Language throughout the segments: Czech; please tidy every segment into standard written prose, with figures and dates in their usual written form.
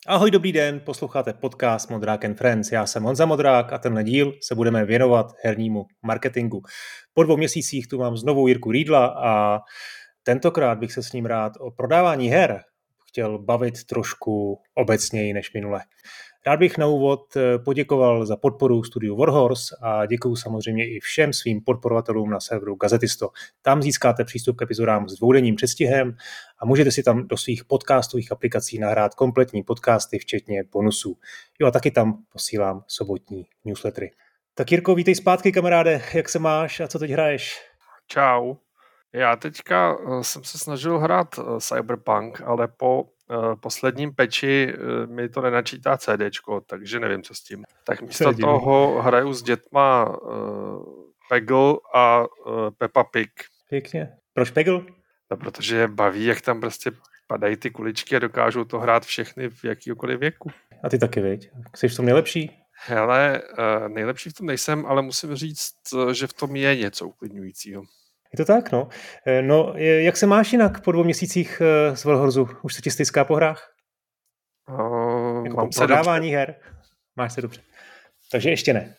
Ahoj, dobrý den, posloucháte podcast Modrák and Friends. Já jsem Honza Modrák a tenhle díl se budeme věnovat hernímu marketingu. Po 2 měsících tu mám znovu Jirku Riedla a tentokrát bych se s ním rád o prodávání her chtěl bavit trošku obecněji než minule. Rád bych na úvod poděkoval za podporu studiu Warhorse a děkuju samozřejmě i všem svým podporovatelům na serveru Gazetisto. Tam získáte přístup k epizodám s dvoudenním předstihem a můžete si tam do svých podcastových aplikací nahrát kompletní podcasty, včetně bonusů. Jo a taky tam posílám sobotní newslettery. Tak Jirko, vítej zpátky, kamaráde, jak se máš a co teď hraješ? Čau. Já teďka jsem se snažil hrát Cyberpunk, ale po posledním peči mi to nenačítá CDčko, takže nevím, co s tím. Tak místo toho hraju s dětma Peggle a Peppa Pig. Pěkně. Proč Peggle? No, protože je baví, jak tam prostě padají ty kuličky a dokážou to hrát všechny v jakýkoliv věku. A ty taky, viď? Jsi v tom nejlepší? Hele, nejlepší v tom nejsem, ale musím říct, že v tom je něco uklidňujícího. Je to tak, no. No, jak se máš jinak po 2 měsících z Warhorsu? Už se ti styská po hrách? Mám se prodávání her? Máš se dobře. Takže ještě ne.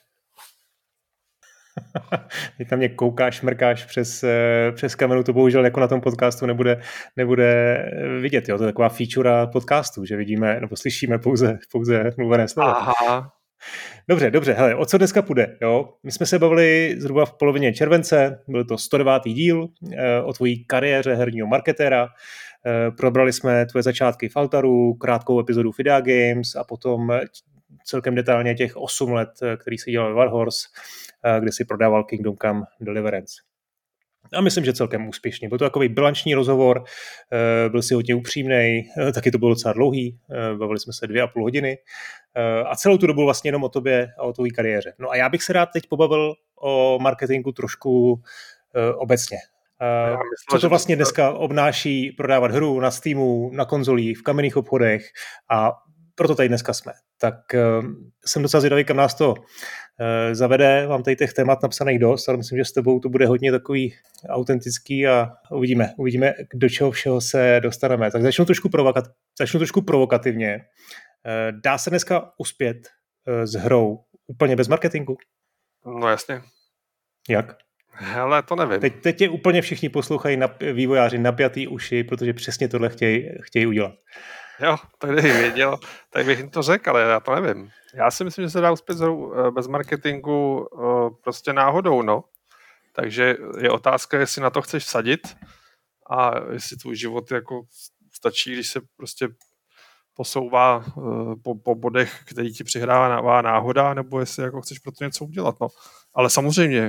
Ty tam mě koukáš, mrkáš přes kameru, to bohužel jako na tom podcastu nebude vidět. Jo? To je taková feature podcastu, že vidíme, nebo slyšíme pouze mluvené slovo. Aha. Dobře, hele, o co dneska půjde? Jo? My jsme se bavili zhruba v polovině července, byl to 109. díl o tvojí kariéře herního marketéra. Probrali jsme tvoje začátky v Altaru, krátkou epizodu v Idea Games a potom celkem detailně těch 8 let, který si dělal v Warhorse, kde si prodával Kingdom Come Deliverance. A myslím, že celkem úspěšně. Byl to takový bilanční rozhovor, byl si hodně upřímnej, taky to bylo docela dlouhý, bavili jsme se 2,5 hodiny a celou tu dobu vlastně jenom o tobě a o tvojí kariéře. No a já bych se rád teď pobavil o marketingu trošku obecně. Co to vlastně dneska obnáší prodávat hru na Steamu, na konzolích, v kamenných obchodech a proto tady dneska jsme. Tak jsem docela zvědavý, kam nás to zavede. Mám tady těch témat napsaných dost, ale myslím, že s tebou to bude hodně takový autentický a uvidíme, do čeho všeho se dostaneme. Tak začnu trošku provokativně. Dá se dneska uspět s hrou úplně bez marketingu? No jasně. Jak? Hele, to nevím. Teď je úplně všichni poslouchají vývojáři napjatý uši, protože přesně tohle chtějí udělat. Jo, tak kdybych věděl, tak bych jim to řekl, ale já to nevím. Já si myslím, že se dá uspět bez marketingu prostě náhodou, no. Takže je otázka, jestli na to chceš vsadit a jestli tvůj život jako stačí, když se prostě posouvá po bodech, který ti přihrává náhoda, nebo jestli jako chceš pro to něco udělat, no. Ale samozřejmě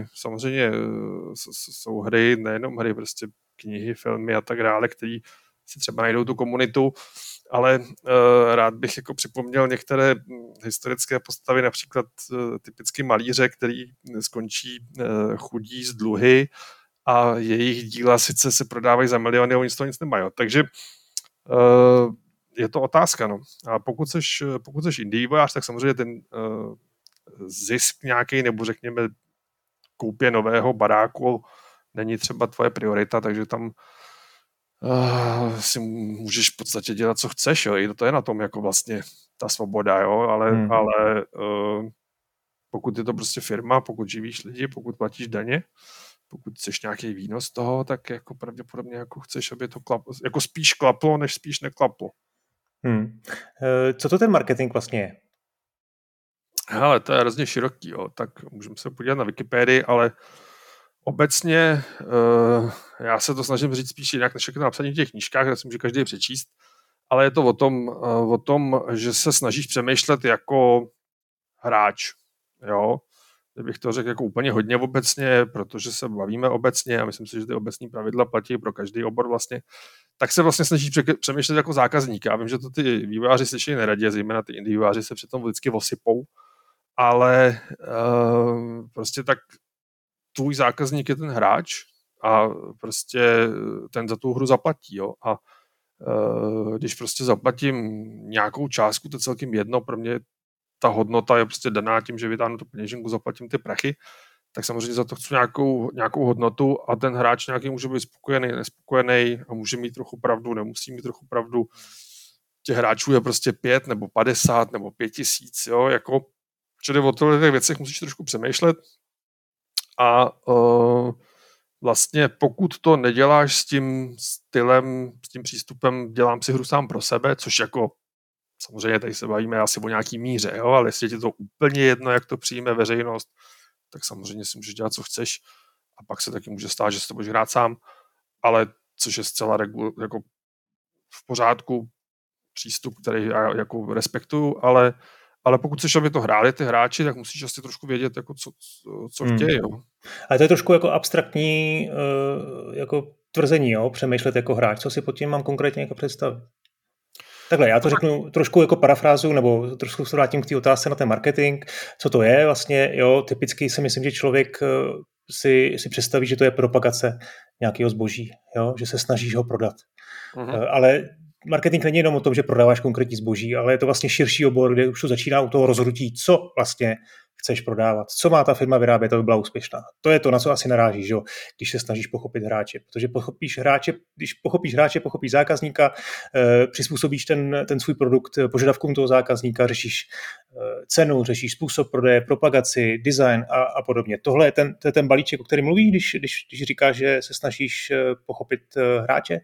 jsou hry, nejenom hry, prostě knihy, filmy a tak dále, který si třeba najdou tu komunitu, ale rád bych jako připomněl některé historické postavy, například typicky malíře, který skončí chudí z dluhy a jejich díla sice se prodávají za miliony a oni z toho nic nemají. Takže je to otázka. No. A pokud seš indie vývojář, tak samozřejmě ten zisk nějaký, nebo řekněme koupě nového baráku není třeba tvoje priorita, takže tam si můžeš v podstatě dělat, co chceš, jo. I to je na tom jako vlastně ta svoboda, jo, ale pokud je to prostě firma, pokud živíš lidi, pokud platíš daně, pokud chceš nějaký výnos z toho, tak jako pravděpodobně jako chceš, aby to jako spíš klaplo, než spíš neklaplo. Co to ten marketing vlastně je? Hele, to je hrozně široký, jo. Tak můžeme se podívat na Wikipedii, ale obecně já se to snažím říct spíš jinak, než jak napsaný v těch knížkách, já si může každý přečíst, ale je to o tom, že se snažíš přemýšlet jako hráč, jo. Kdybych to řekl jako úplně hodně obecně, protože se bavíme obecně a myslím si, že ty obecní pravidla platí pro každý obor vlastně, tak se vlastně snažíš přemýšlet jako zákazník. Já vím, že to ty vývojáři slyší neradě, zejména ty indie vývojáři se přitom vždycky osypou, ale prostě tak tvůj zákazník je ten hráč a prostě ten za tu hru zaplatí, jo. A když prostě zaplatím nějakou částku, to je celkem jedno, pro mě ta hodnota je prostě daná tím, že vytáhnu tu peněženku, zaplatím ty prachy, tak samozřejmě za to chci nějakou hodnotu a ten hráč nějaký může být spokojený, nespokojený a může mít trochu pravdu, nemusí mít trochu pravdu. těch hráčů je prostě 5 nebo 50 nebo 5 000, jo, jako, čili o těchto věcech musíš trošku přemýšlet a vlastně pokud to neděláš s tím stylem, s tím přístupem, dělám si hru sám pro sebe, což jako samozřejmě tady se bavíme asi o nějaký míře, jo, ale jestli je to úplně jedno, jak to přijme veřejnost, tak samozřejmě si můžeš dělat, co chceš a pak se taky může stát, že si to budeš hrát sám, ale což je zcela jako v pořádku přístup, který já jako respektuju, ale pokud chceš, aby to hráli ty hráči, tak musíš asi trošku vědět, jako co chtějí. Jo. Ale to je trošku jako abstraktní jako tvrzení, jo? Přemýšlet jako hráč. Co si pod tím mám konkrétně jako představit? Takhle, já to řeknu trošku jako parafrázu, nebo trošku se vrátím k té otázce na ten marketing. Co to je vlastně? Jo, typicky si myslím, že člověk si představí, že to je propagace nějakého zboží, jo? Že se snažíš ho prodat. Ale marketing není jenom o tom, že prodáváš konkrétní zboží, ale je to vlastně širší obor, kde už to začíná u toho rozhodnutí, co vlastně chceš prodávat, co má ta firma vyrábět, aby byla úspěšná. To je to, na co asi narážíš, jo? Když se snažíš pochopit hráče. Protože když pochopíš hráče, pochopíš zákazníka, přizpůsobíš ten svůj produkt požadavkům toho zákazníka, řešíš cenu, řešíš způsob prodeje, propagaci, design a podobně. Tohle je ten balíček, o kterém mluvíš, když říkáš, že se snažíš pochopit hráče?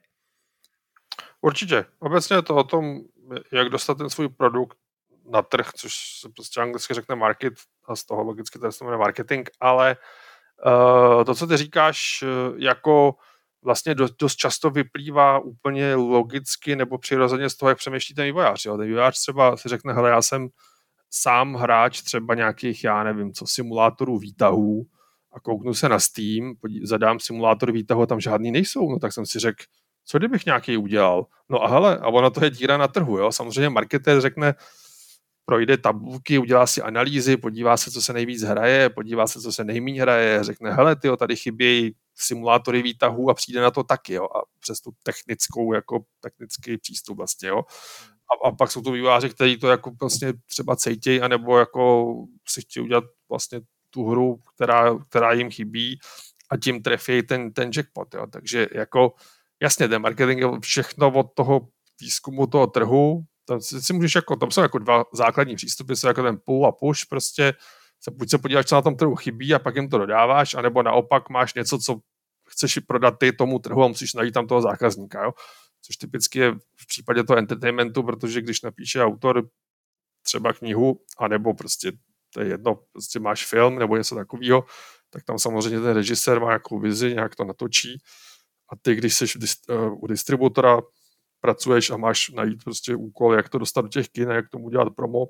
Určitě. Obecně je to o tom, jak dostat ten svůj produkt na trh, což se prostě anglicky řekne market a z toho logicky to se jmenuje marketing, ale to, co ty říkáš, jako vlastně dost často vyplývá úplně logicky nebo přirozeně z toho, jak přemýšlí ten vývojář. Jo. Ten vývojář třeba si řekne, hele, já jsem sám hráč třeba nějakých, já nevím, simulátorů výtahů a kouknu se na Steam, zadám simulátor výtahu a tam žádný nejsou, no tak jsem si řekl, co kdybych nějaký udělal? No a hele, a ono to je díra na trhu, jo. Samozřejmě marketér řekne, projde tabulky, udělá si analýzy, podívá se, co se nejvíc hraje, podívá se, co se nejméně hraje, řekne, hele, tyjo, tady chybějí simulátory výtahů a přijde na to taky, jo. A přes tu technický přístup vlastně, jo. A pak jsou to vývojáři, kteří to jako vlastně třeba cejtějí, anebo jako si chtějí udělat vlastně tu hru, která jim chybí a tím trefí ten jackpot, jo. Takže jako jasně, ten marketing je všechno od toho výzkumu toho trhu, tam jsou jako dva základní přístupy, jsou jako ten pull a push, prostě buď se podíváš, co na tom trhu chybí a pak jim to dodáváš, anebo naopak máš něco, co chceš prodat ty tomu trhu a musíš najít tam toho zákazníka, jo? Což typicky je v případě toho entertainmentu, protože když napíše autor třeba knihu, anebo prostě to je jedno, prostě máš film nebo něco takového, tak tam samozřejmě ten režisér má nějakou vizi, nějak to natočí a ty, když jsi u distributora, pracuješ a máš najít prostě úkol, jak to dostat do těch kin, jak tomu dělat promo,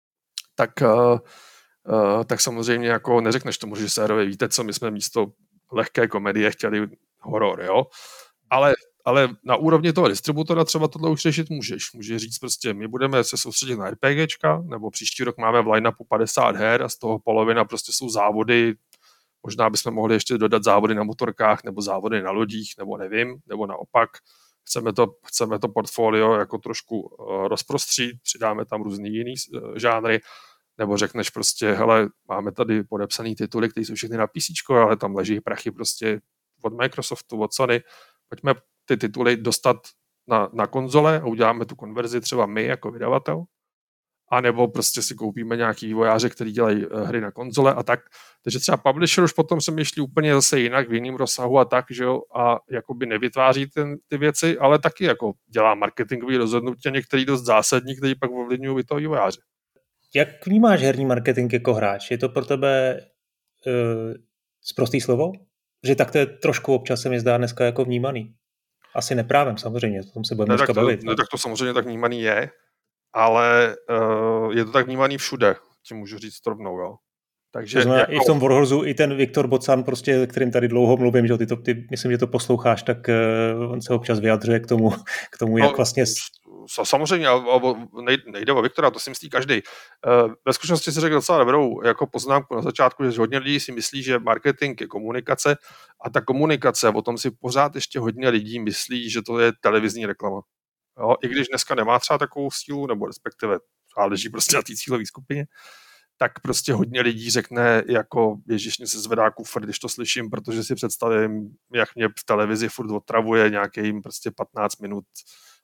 tak samozřejmě jako neřekneš tomu režisérovi, víte co, my jsme místo lehké komedie chtěli horor, jo? Ale na úrovni toho distributora třeba tohle už řešit můžeš. Můžeš říct prostě, my budeme se soustředit na RPGčka, nebo příští rok máme v line-upu 50 her a z toho polovina prostě jsou závody, možná bychom mohli ještě dodat závody na motorkách, nebo závody na lodích, nebo nevím, nebo naopak. Chceme to portfolio jako trošku rozprostřít, přidáme tam různý jiný žánry, nebo řekneš prostě, hele, máme tady podepsaný tituly, které jsou všechny na PC, ale tam leží prachy prostě od Microsoftu, od Sony. Pojďme ty tituly dostat na konzole a uděláme tu konverzi třeba my jako vydavatel, anebo prostě si koupíme nějaký vývojáře, který dělají hry na konzole a tak. Takže třeba publisher už potom se myšlí úplně zase jinak, v jiném rozsahu a tak, že jo, a jakoby nevytváří ty věci, ale taky jako dělá marketingový rozhodnutí některý dost zásadní, který pak ovlivňují toho vývojáře. Jak vnímáš herní marketing jako hráč? Je to pro tebe sprostý slovo? Že tak to je trošku občas se mi zdá dneska jako vnímaný. Asi neprávem samozřejmě, o tom se budeme dneska bavit. Tak to samozřejmě tak vnímaný je, ale je to tak vnímaný všude, tím můžu říct rovnou, jo. Takže to znamená, i v tom Warhorsu, i ten Viktor Bocan, prostě, kterým tady dlouho mluvím, že ty myslím, že to posloucháš, tak on se občas vyjadřuje k tomu jak vlastně... Samozřejmě, nejde o Viktora, to si myslí každý. Ve zkušenosti si řekl docela dobrou jako poznámku na začátku, že hodně lidí si myslí, že marketing je komunikace a ta komunikace, o tom si pořád ještě hodně lidí myslí, že to je televizní reklama. Jo? I když dneska nemá třeba takovou sílu, nebo respektive záleží prostě na té cílové skupině, tak prostě hodně lidí řekne jako ježiš, mě se zvedá kufr, když to slyším, protože si představím, jak mě v televizi furt otravuje nějakým prostě 15 minut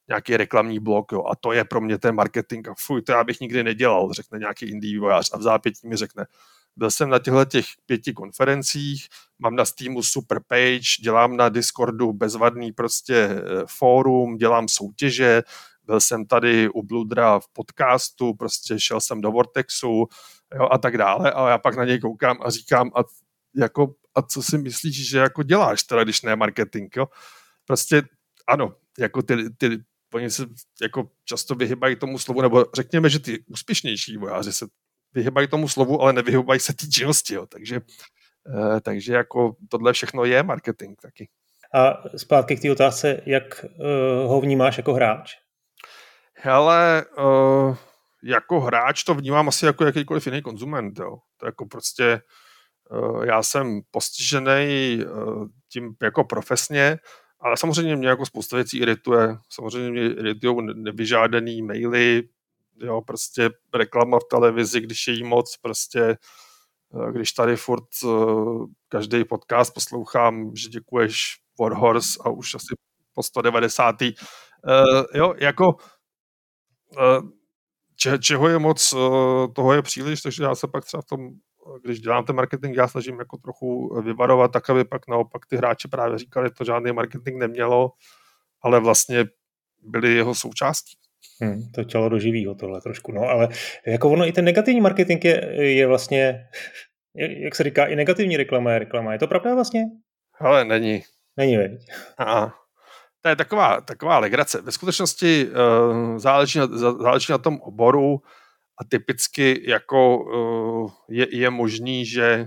nějaký reklamní blok, jo, a to je pro mě ten marketing a fuj, to já bych nikdy nedělal, řekne nějaký indie vývojář a v zápětí mi řekne, byl jsem na těch 5 konferencích, mám na Steamu super page, dělám na Discordu bezvadný prostě fórum, dělám soutěže, byl jsem tady u Bludra v podcastu, prostě šel jsem do Vortexu, jo, a tak dále, ale já pak na něj koukám a říkám, a co si myslíš, že jako děláš teda, když ne marketing, jo? Prostě ano, jako oni se jako často vyhybají tomu slovu, nebo řekněme, že ty úspěšnější vojáři se vyhybají tomu slovu, ale nevyhybají se té činnosti, jo. Takže jako tohle všechno je marketing taky. A zpátky k té otázce, jak ho vnímáš jako hráč? Hele, jako hráč to vnímám asi jako jakýkoliv jiný konzument, jo. To jako prostě já jsem postižený tím jako profesně, ale samozřejmě mě jako spousta věcí irituje. Samozřejmě mě iritují nevyžádaný maily, jo, prostě reklama v televizi, když je jí moc, prostě když tady furt každý podcast poslouchám, že děkuješ Warhorse a už asi po 190. Jo, jako čeho je moc, toho je příliš, takže já se pak třeba v tom, když dělám ten marketing, já snažím jako trochu vyvarovat tak, aby pak naopak ty hráči právě říkali, to žádný marketing nemělo, ale vlastně byli jeho součástí. To tělo do živýho tohle trošku, no, ale jako ono i ten negativní marketing je vlastně, jak se říká, i negativní reklama je reklama. Je to pravda vlastně? Ale není. Není, veď? To je taková legrace. Ve skutečnosti záleží na tom oboru a typicky jako je možný, že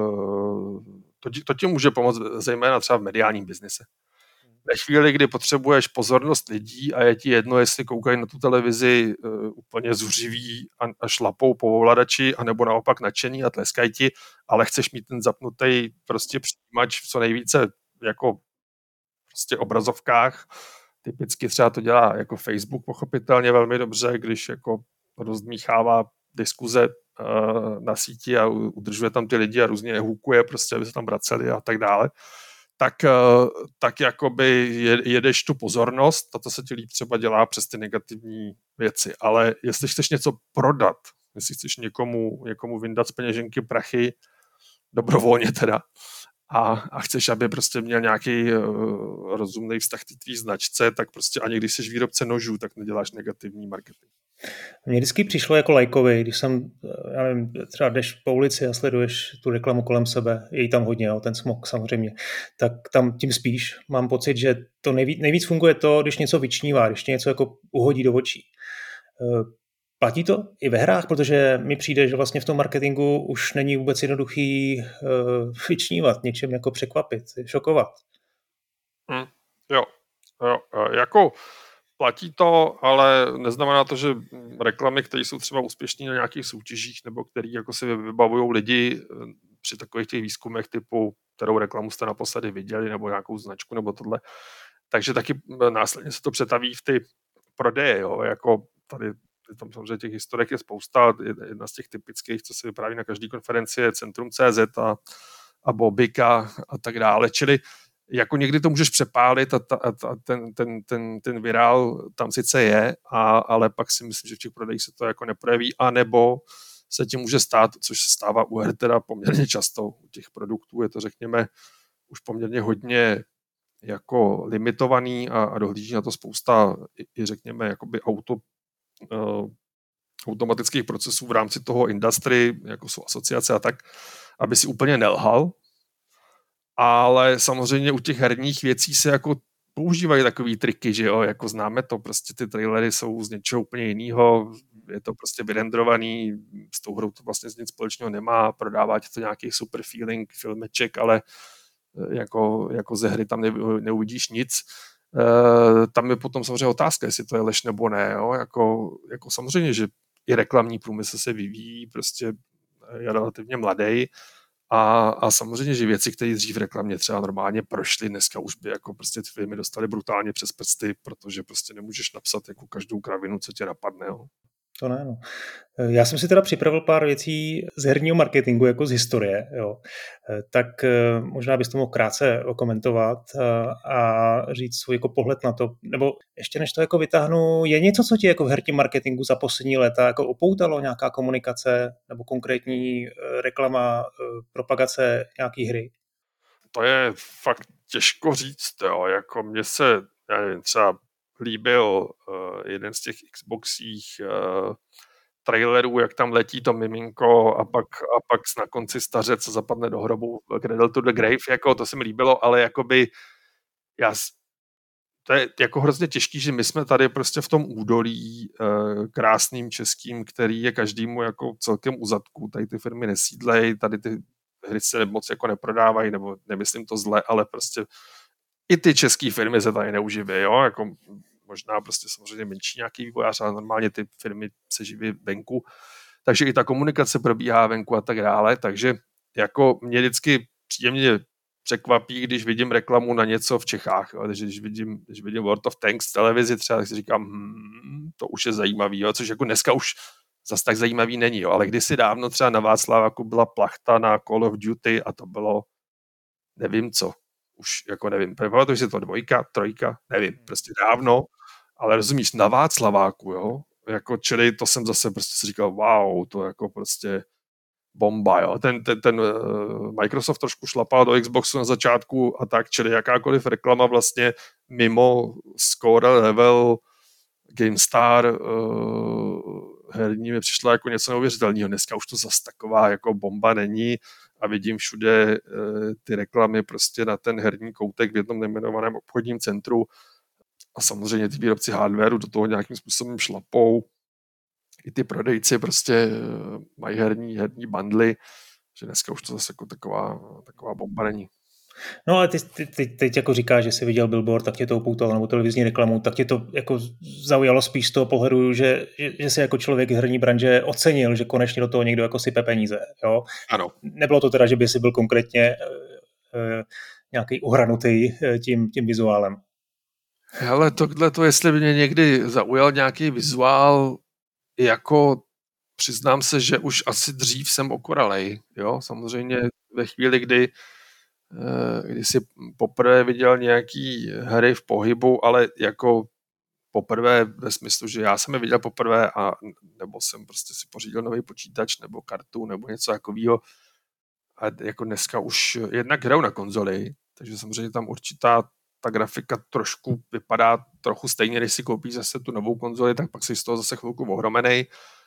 to ti může pomoct zejména třeba v mediálním biznise. Ve chvíli, kdy potřebuješ pozornost lidí a je ti jedno, jestli koukají na tu televizi úplně zuřiví a šlapou po ovladači, anebo naopak nadšení a tleskají ti, ale chceš mít ten zapnutý prostě přijímač v co nejvíce jako prostě obrazovkách. Typicky třeba to dělá jako Facebook pochopitelně velmi dobře, když jako rozdmíchává diskuze na síti a udržuje tam ty lidi a různě je hůkuje, prostě, aby se tam vraceli a tak dále. Tak jakoby jedeš tu pozornost a to se ti líp třeba dělá přes ty negativní věci. Ale jestli chceš něco prodat, jestli chceš někomu vyndat z peněženky prachy, dobrovolně teda, a chceš, aby prostě měl nějaký rozumný vztah k tvý značce, tak prostě ani když jsi výrobce nožů, tak neděláš negativní marketing. Mně vždycky přišlo jako lajkovi, když jsem, já nevím, třeba jdeš po ulici a sleduješ tu reklamu kolem sebe, je jí tam hodně, jo, ten smog samozřejmě, tak tam tím spíš mám pocit, že to nejvíc funguje to, když něco vyčnívá, když něco jako uhodí do očí. Platí to i ve hrách, protože mi přijde, že vlastně v tom marketingu už není vůbec jednoduchý vyčnívat, něčem jako překvapit, šokovat. Jo, jako platí to, ale neznamená to, že reklamy, které jsou třeba úspěšné na nějakých soutěžích nebo které jako si vybavují lidi při takových těch výzkumech typu, kterou reklamu jste naposledy viděli nebo nějakou značku nebo tohle, takže taky následně se to přetaví v ty prodeje, jo, jako tady tam samozřejmě těch historek je spousta, jedna z těch typických, co se vypráví na každé konferenci je Centrum.cz a Bobika a tak dále, čili jako někdy to můžeš přepálit a ten virál tam sice je, ale pak si myslím, že v těch prodejích se to jako neprojeví, anebo se tím může stát, což se stává u her teda poměrně často, u těch produktů je to řekněme už poměrně hodně jako limitovaný a dohlíží na to spousta i řekněme jakoby automatických procesů v rámci toho industry, jako jsou asociace a tak, aby si úplně nelhal. Ale samozřejmě u těch herních věcí se jako používají takový triky, že jo, jako známe to, prostě ty trailery jsou z něčeho úplně jiného, je to prostě vyrendrovaný, s tou hrou to vlastně nic společného nemá, prodává ti to nějaký super feeling, filmeček, ale jako ze hry tam neuvidíš nic. Tam je potom samozřejmě otázka, jestli to je lež nebo ne, jo, jako samozřejmě, že i reklamní průmysl se vyvíjí, prostě je relativně mladý, a samozřejmě, že věci, které dřív v reklamě třeba normálně prošly, dneska už by jako prostě ty firmy dostaly brutálně přes prsty, protože prostě nemůžeš napsat jako každou kravinu, co tě napadne. Jo. To ne, no. Já jsem si teda připravil pár věcí z herního marketingu, jako z historie, jo. Tak možná bys to mohl krátce okomentovat a říct svůj jako pohled na to. Nebo ještě než to jako vytáhnu, je něco, co ti jako v herním marketingu za poslední léta jako upoutalo, nějaká komunikace nebo konkrétní reklama, propagace nějaký hry? To je fakt těžko říct, jo. Jako mně se, já nevím, třeba líbil jeden z těch Xboxích trailerů, jak tam letí to miminko a pak na konci stařec zapadne do hrobu Cradle to the Grave, jako to se mi líbilo, ale jakoby to je jako hrozně těžký, že my jsme tady prostě v tom údolí krásným českým, který je každému jako celkem u zadku, tady ty firmy nesídlej, tady ty hry se moc jako neprodávají, nebo nemyslím to zle, ale prostě i ty české firmy se tady neuživí, jo, jako možná prostě samozřejmě menší nějaký vývojář, ale normálně ty firmy se živí venku, takže i ta komunikace probíhá venku a tak dále, takže jako mě vždycky příjemně překvapí, když vidím reklamu na něco v Čechách, jo, takže když vidím World of Tanks v televizi třeba, tak si říkám, to už je zajímavý, jo, což jako dneska už zas tak zajímavý není, jo, ale kdysi dávno třeba na Václaváku byla plachta na Call of Duty a to bylo nevím co, už jako nevím, pamatuju si to 2, 3, nevím, prostě dávno, ale rozumíš, na Václaváku, jo, jako čili to jsem zase prostě si říkal, wow, to jako prostě bomba, jo. Ten Microsoft trošku šlapal do Xboxu na začátku a tak, čili jakákoliv reklama vlastně mimo score level GameStar herní mi přišla jako něco neuvěřitelného. Dneska už to zase taková jako bomba není a vidím všude ty reklamy prostě na ten herní koutek v jednom nejmenovaném obchodním centru a samozřejmě ty výrobci hardwareu do toho nějakým způsobem šlapou. I ty prodejci prostě mají herní bundly, že dneska už to zase jako taková bomba není. No ale ty teď jako říkáš, že jsi viděl billboard, tak tě to upoutalo, nebo televizní reklamu, tak tě to jako zaujalo spíš z toho pohledu, že jsi jako člověk z herní branže ocenil, že konečně do toho někdo jako sype peníze, jo? Ano. Nebylo to teda, že by si byl konkrétně nějaký uhranutý tím vizuálem. Hele, to, jestli mě někdy zaujal nějaký vizuál, jako přiznám se, že už asi dřív jsem okoralej, jo, samozřejmě ve chvíli, kdy si poprvé viděl nějaký hry v pohybu, ale jako poprvé ve smyslu, že já jsem je viděl poprvé a nebo jsem prostě si pořídil nový počítač nebo kartu nebo něco takového a jako dneska už jednak hraju na konzoli, takže samozřejmě tam určitá ta grafika trošku vypadá trochu stejně, když si koupíš zase tu novou konzoli, tak pak si z toho zase chvilku ohromenej.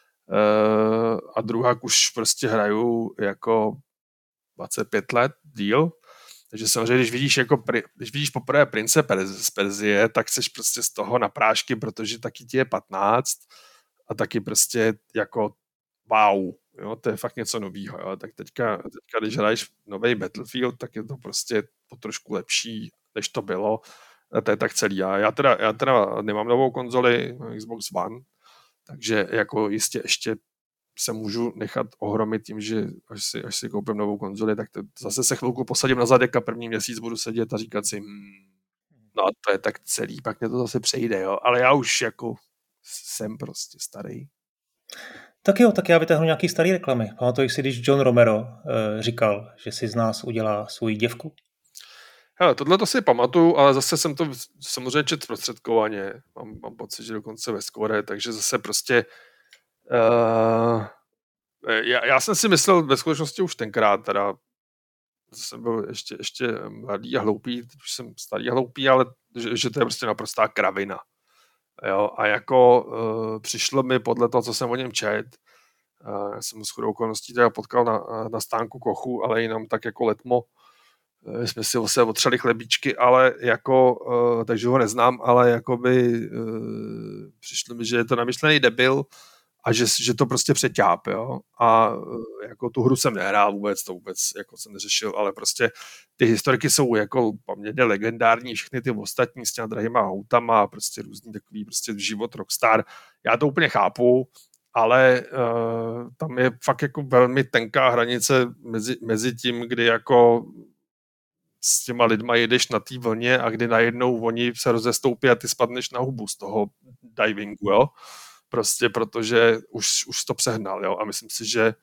A druhá už prostě hraju jako 25 let díl, takže samozřejmě, když vidíš poprvé Prince z Perzie, tak seš prostě z toho na prášky, protože taky ti je 15 a taky prostě jako wow, jo, to je fakt něco novýho, jo, tak teďka když hraješ nový Battlefield, tak je to prostě po trošku lepší, než to bylo, a to je tak celý. A já teda nemám novou konzoli, Xbox One, takže jako jistě ještě se můžu nechat ohromit tím, že až si koupím novou konzoli, tak zase se chvilku posadím na zadek a první měsíc budu sedět a říkat si, no to je tak celý, pak mě to zase přejde, jo, ale já už jako jsem prostě starý. Tak jo, tak já vytáhnu nějaký starý reklamy. Pamatuješ si, když John Romero říkal, že si z nás udělá svou děvku? Hele, tohle to si pamatuju, ale zase jsem to samozřejmě četl zprostředkovaně. Mám pocit, že dokonce ve skóre, takže zase prostě já jsem si myslel ve skutečnosti už tenkrát, teda jsem byl ještě mladý a hloupý, teď už jsem starý a hloupý, ale že to je prostě naprostá kravina. Jo, a jako přišlo mi podle toho, co jsem o něm čet, já jsem ho shodou okolností teda potkal na stánku Kochu, ale jenom tak jako letmo, jsme si se otřeli chlebíčky, ale jako, takže ho neznám, ale jakoby přišlo mi, že je to namyšlený debil a že to prostě přeťáp, jo. A jako tu hru jsem nehrál vůbec, to vůbec jako jsem neřešil, ale prostě ty historiky jsou jako poměrně legendární, všechny ty ostatní s těma drahýma autama a prostě různý takový prostě život rockstar. Já to úplně chápu, ale tam je fakt jako velmi tenká hranice mezi tím, kdy jako s těma lidma jedeš na té vlně a kdy najednou oni se rozestoupí a ty spadneš na hubu z toho divingu, jo. prostě protože už to přehnal, jo, a myslím si, že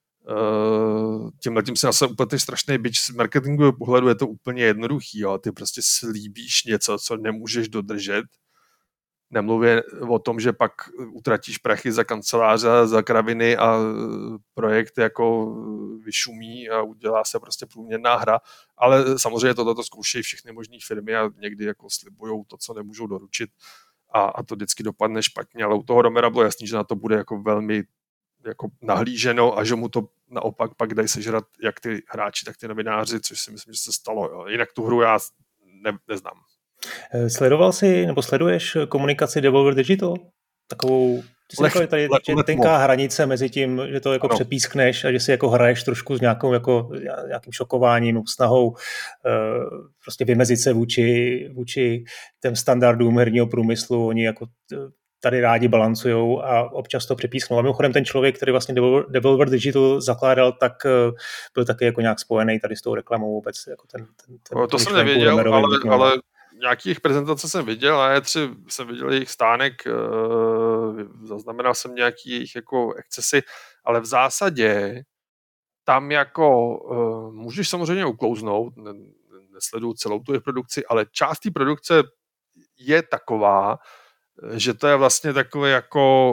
tímhletím si zase úplně strašný bič z marketingového pohledu je to úplně jednoduchý, jo, ty prostě slíbíš něco, co nemůžeš dodržet, nemluvě o tom, že pak utratíš prachy za kanceláře, za kraviny a projekt jako vyšumí a udělá se prostě průměrná hra, ale samozřejmě toto zkoušejí všechny možné firmy a někdy jako slibujou to, co nemůžou doručit a to vždycky dopadne špatně, ale u toho Romera bylo jasný, že na to bude jako velmi jako nahlíženo a že mu to naopak pak dají sežrat jak ty hráči, tak ty novináři, což si myslím, že se stalo. Jo. Jinak tu hru já neznám. Sledoval jsi nebo sleduješ komunikaci Devolver Digital? Takovou, ty jsi říkal, tady je tenká hranice mezi tím, že to jako přepískneš a že si jako hraješ trošku s nějakým šokováním, snahou prostě vymezit se vůči těm standardům herního průmyslu. Oni jako tady rádi balancujou a občas to přepísknou. A mimochodem ten člověk, který vlastně Devolver Digital zakládal, tak byl taky jako nějak spojený tady s tou reklamou vůbec. Jako to jsem nevěděl, ale nějakých prezentace jsem viděl a jsem viděl jejich stánek, zaznamenal jsem nějaký jejich jako excesy, ale v zásadě tam jako můžeš samozřejmě uklouznout, nesleduju celou tu jejich produkci, ale část té produkce je taková, že to je vlastně takový jako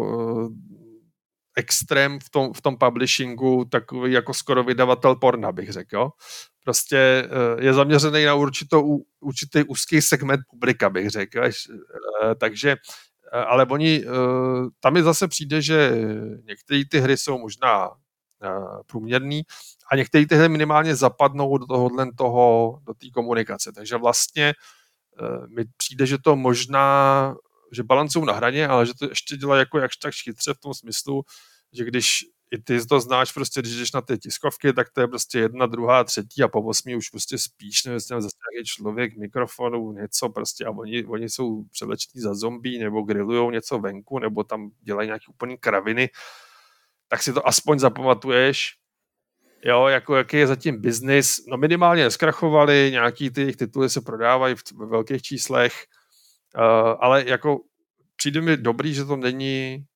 extrém v tom publishingu, takový jako skoro vydavatel porna, bych řekl. Prostě je zaměřený na určitý úzký segment publika, bych řekl. Takže, ale tam mi zase přijde, že některé ty hry jsou možná průměrný a některé ty hry minimálně zapadnou do té komunikace. Takže vlastně mi přijde, že to možná že balancují na hraně, ale že to ještě dělají jako jakž tak chytře v tom smyslu, že když i ty to znáš, prostě když jdeš na ty tiskovky, tak to je prostě 1, 2, 3 a po 8 už prostě spíš, nebo zase nějaký člověk, mikrofonu, něco prostě a oni jsou převlečení za zombie, nebo grillujou něco venku, nebo tam dělají nějaký úplný kraviny, tak si to aspoň zapamatuješ, jo, jako jaký je zatím biznis, no minimálně neskrachovali, nějaký ty jejich tituly se prodávají ve velkých číslech, ale jako přijde mi dobrý, že to není,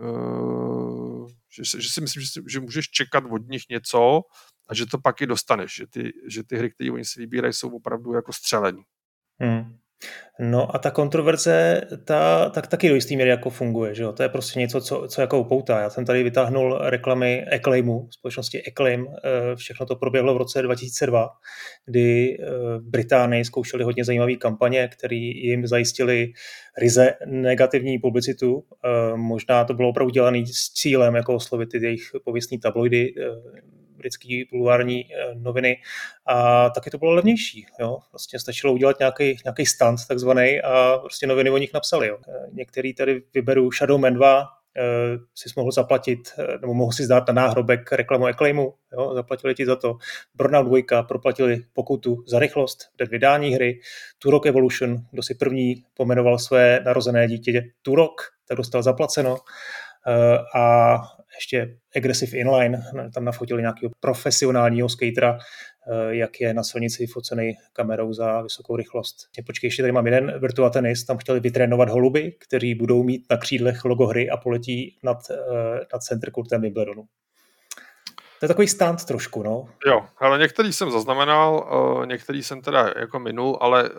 že si myslím, že můžeš čekat od nich něco a že to pak i dostaneš, že ty hry, které oni si vybírají, jsou opravdu jako střelení. No a ta kontroverze, tak taky do jistý míry jako funguje, že jo? To je prostě něco, co jako upoutá. Já jsem tady vytáhnul reklamy Acclaimu, společnosti Acclaim. Všechno to proběhlo v roce 2002, kdy v Británii zkoušeli hodně zajímavé kampaně, které jim zajistily ryze negativní publicitu. Možná to bylo opravdu dělané s cílem jako oslovit ty jejich pověstní tabloidy, britský bulvární noviny a taky to bylo levnější. Jo? Vlastně stačilo udělat nějaký stunt takzvaný a prostě noviny o nich napsali. Jo? Některý tady vyberu Shadowman 2, si mohl zaplatit, nebo mohl si zdát na náhrobek reklamu Acclaimu, jo? Zaplatili ti za to. Burnout 2 proplatili pokutu za rychlost před vydání hry. Turok Evolution, kdo si první pomenoval své narozené dítě Turok, tak dostal zaplaceno. A ještě Aggressive Inline, tam nafotili nějakého profesionálního skatera, jak je na silnici focený kamerou za vysokou rychlost. Počkej, ještě tady mám jeden Virtua Tennis, tam chtěli vytrénovat holuby, kteří budou mít na křídlech logo hry a poletí nad center courtem Wimbledonu. To je takový stunt trošku, no. Jo, ale některý jsem zaznamenal, některý jsem teda jako minul, ale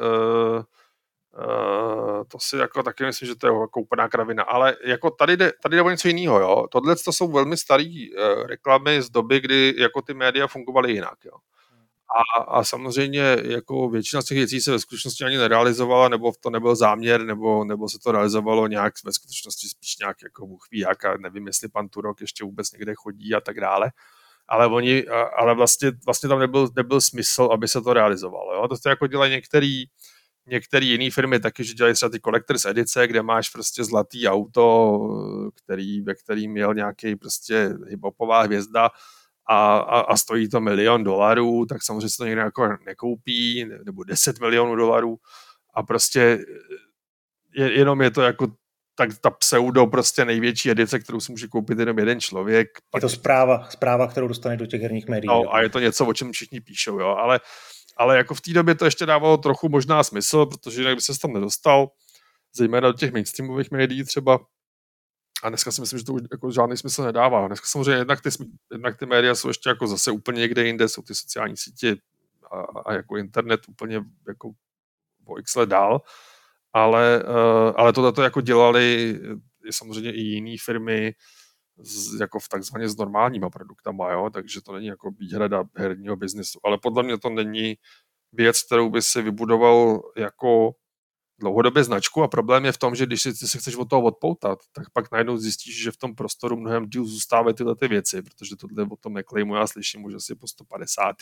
to si jako taky myslím, že to je jako úplná kravina, ale jako tady jde o něco jiného, jo. Tohle to jsou velmi staré reklamy z doby, kdy jako ty média fungovaly jinak, jo. A samozřejmě jako většina z těch věcí se ve skutečnosti ani nerealizovala, nebo to nebyl záměr, nebo se to realizovalo nějak ve skutečnosti spíš nějak jako Bůh ví jak a nevím, jestli pan Turok ještě vůbec někde chodí a tak dále. Ale vlastně tam nebyl smysl, aby se to realizovalo, jo. To jako dělají některé jiné firmy taky, že dělají třeba ty collectors edice, kde máš prostě zlatý auto, ve kterým měl nějaký prostě hip-hopová hvězda a stojí to $1 milion, tak samozřejmě se to někdo jako nekoupí, nebo $10 milionů a prostě jenom je to jako tak ta pseudo prostě největší edice, kterou si může koupit jenom jeden člověk. Je to zpráva, kterou dostaneš do těch herních médií. No, a je to něco, o čem všichni píšou, jo, ale jako v té době to ještě dávalo trochu možná smysl, protože jinak by se tam nedostal, zejména do těch mainstreamových médií třeba. A dneska si myslím, že to už jako žádný smysl nedává. Dneska samozřejmě jednak ty média jsou ještě jako zase úplně někde jinde, jsou ty sociální sítě a jako internet úplně jako o x let dál, ale tohleto jako dělali samozřejmě i jiné firmy jako v takzvaně s normálníma produktama, jo? Takže to není jako výhrada herního biznesu, ale podle mě to není věc, kterou by si vybudoval jako dlouhodobě značku a problém je v tom, že když si se chceš od toho odpoutat, tak pak najednou zjistíš, že v tom prostoru mnohem díl zůstávají tyhle ty věci, protože tohle o tom neklejmu, já slyším už asi po 150.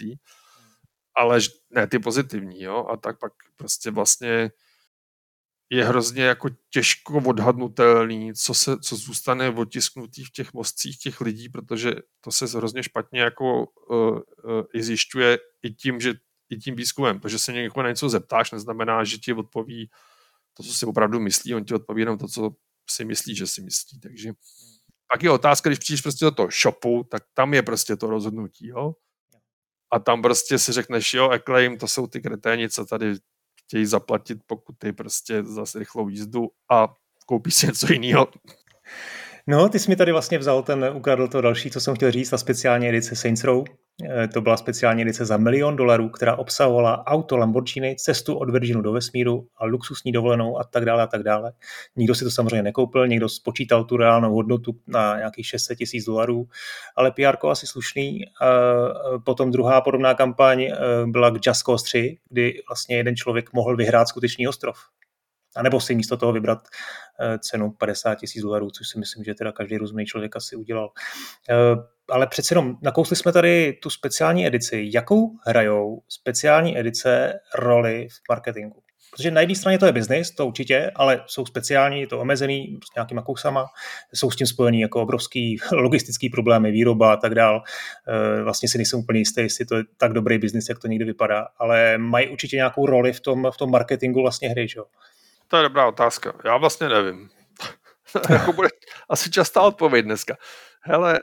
Ale ne ty pozitivní, jo, a tak pak prostě vlastně je hrozně jako těžko odhadnutelný, co zůstane otisknutý v těch mozcích těch lidí, protože to se hrozně špatně jako i zjišťuje i tím výzkumem, protože se někoho na něco zeptáš, neznamená, že ti odpoví to, co si opravdu myslí, on ti odpoví jenom to, co si myslí, že si myslí, takže pak je otázka, když přijdeš prostě do toho shopu, tak tam je prostě to rozhodnutí, jo, a tam prostě si řekneš, jo, Acclaim, to jsou ty kreténi, co tady chtějí zaplatit pokuty prostě za rychlou jízdu a koupí si něco jiného. No, ty jsi mi tady vlastně ukradl to další, co jsem chtěl říct, ta speciální edice Saints Row. To byla speciální edice za $1 milion, která obsahovala auto Lamborghini, cestu od Virginu do vesmíru a luxusní dovolenou a tak dále a tak dále. Nikdo si to samozřejmě nekoupil, někdo spočítal tu reálnou hodnotu na nějakých $600,000, ale PR asi slušný. Potom druhá podobná kampaň byla k Just Cause 3, kdy vlastně jeden člověk mohl vyhrát skutečný ostrov. A nebo si místo toho vybrat cenu $50,000, což si myslím, že teda každý rozumný člověk asi udělal. Ale přece jenom nakousli jsme tady tu speciální edici. Jakou hrajou speciální edice roli v marketingu? Protože na jedné straně to je biznis, to určitě, ale jsou speciální, je to omezený s nějakýma kousama, jsou s tím spojený jako obrovský logistický problémy, výroba a tak dál. Vlastně si nejsem úplně jistý, jestli to je tak dobrý biznis, jak to někdy vypadá, ale mají určitě nějakou roli v tom marketingu vlastně hry, že? To je dobrá otázka. Já vlastně nevím. Jako bude asi častá odpověď dneska. Hele,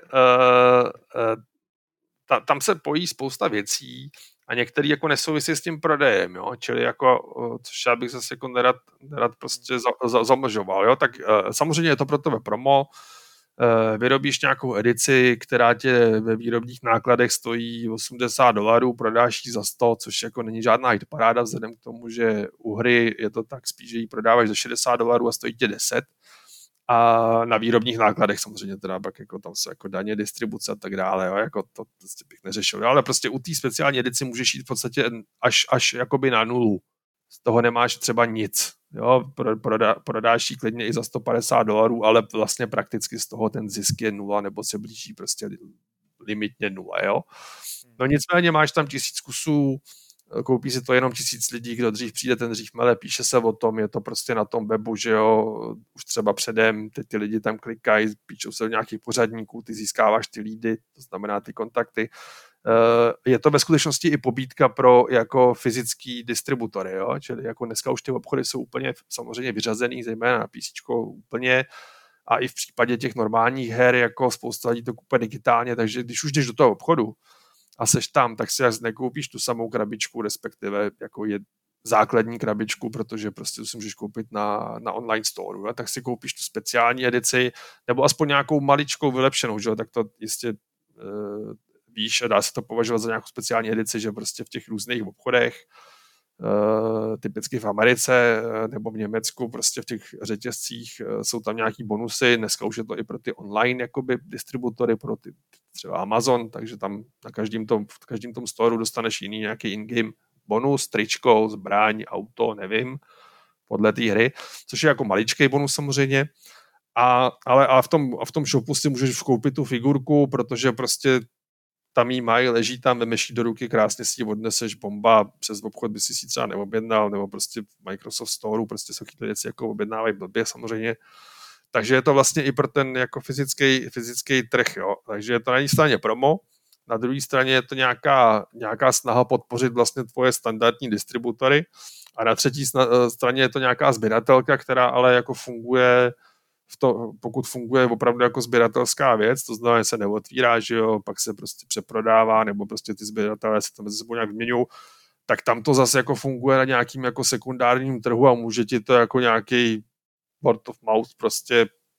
tam se pojí spousta věcí a některý jako nesouvisí s tím prodejem, jo? Čili jako, což já bych zase jako nerad prostě zamlžoval, jo? Tak samozřejmě je to pro tebe promo, vyrobíš nějakou edici, která tě ve výrobních nákladech stojí $80, prodáš ji za 100, což jako není žádná hitparáda vzhledem k tomu, že u hry je to tak spíš, že ji prodáváš za $60 a stojí tě 10. A na výrobních nákladech samozřejmě teda pak jako tam se jako daně, distribuce a tak dále, jo, jako to prostě bych neřešil, ale prostě u té speciální edici můžeš jít v podstatě až jakoby na nulu. Z toho nemáš třeba nic, jo, prodáš ji klidně i za $150, ale vlastně prakticky z toho ten zisk je nula, nebo se blíží prostě limitně nula, jo. No nicméně máš tam 1000 kusů, koupí si to jenom 1000 lidí, kdo dřív přijde, ten dřív mele, píše se o tom, je to prostě na tom webu, že jo, už třeba předem, ty lidi tam klikají, píšou se do nějakých pořadníků, ty získáváš ty lídy, to znamená ty kontakty. Je to ve skutečnosti i pobídka pro jako fyzický distributory, jo? Čili jako dneska už ty obchody jsou úplně samozřejmě vyřazený, zejména na PC úplně, a i v případě těch normálních her jako spousta lidí to kupuje digitálně, takže když už jdeš do toho obchodu a seš tam, tak si nekoupíš tu samou krabičku, respektive jako je základní krabičku, protože prostě to si můžeš koupit na online store, jo? Tak si koupíš tu speciální edici, nebo aspoň nějakou maličkou vylepšenou, že? Tak to jistě víš, a dá se to považovat za nějakou speciální edici, že prostě v těch různých obchodech, typicky v Americe nebo v Německu, prostě v těch řetězcích jsou tam nějaký bonusy, dneska už je to i pro ty online jakoby distributory, pro ty třeba Amazon, takže tam v každém tom storu dostaneš jiný nějaký in-game bonus, tričko, zbraň, auto, nevím, podle té hry, což je jako maličký bonus samozřejmě, ale v tom shopu si můžeš koupit tu figurku, protože prostě tam jí mají, leží tam, vemeš jí do ruky, krásně si ji odneseš, bomba, přes obchod by si třeba neobjednal, nebo prostě v Microsoft Storeu prostě jsou chytlé věci, jako objednávají blbě samozřejmě. Takže je to vlastně i pro ten jako fyzický trh, jo. Takže je to na jedné straně promo, na druhé straně je to nějaká snaha podpořit vlastně tvoje standardní distributory a na třetí straně je to nějaká sběratelka, která ale jako funguje pokud funguje opravdu jako sběratelská věc, to znamená, že se neotvírá, že jo, pak se prostě přeprodává, nebo prostě ty sběratelé se tam mezi sebou nějak vyměňují, tak tam to zase jako funguje na nějakým jako sekundárním trhu a může ti to jako nějaký word of mouth prostě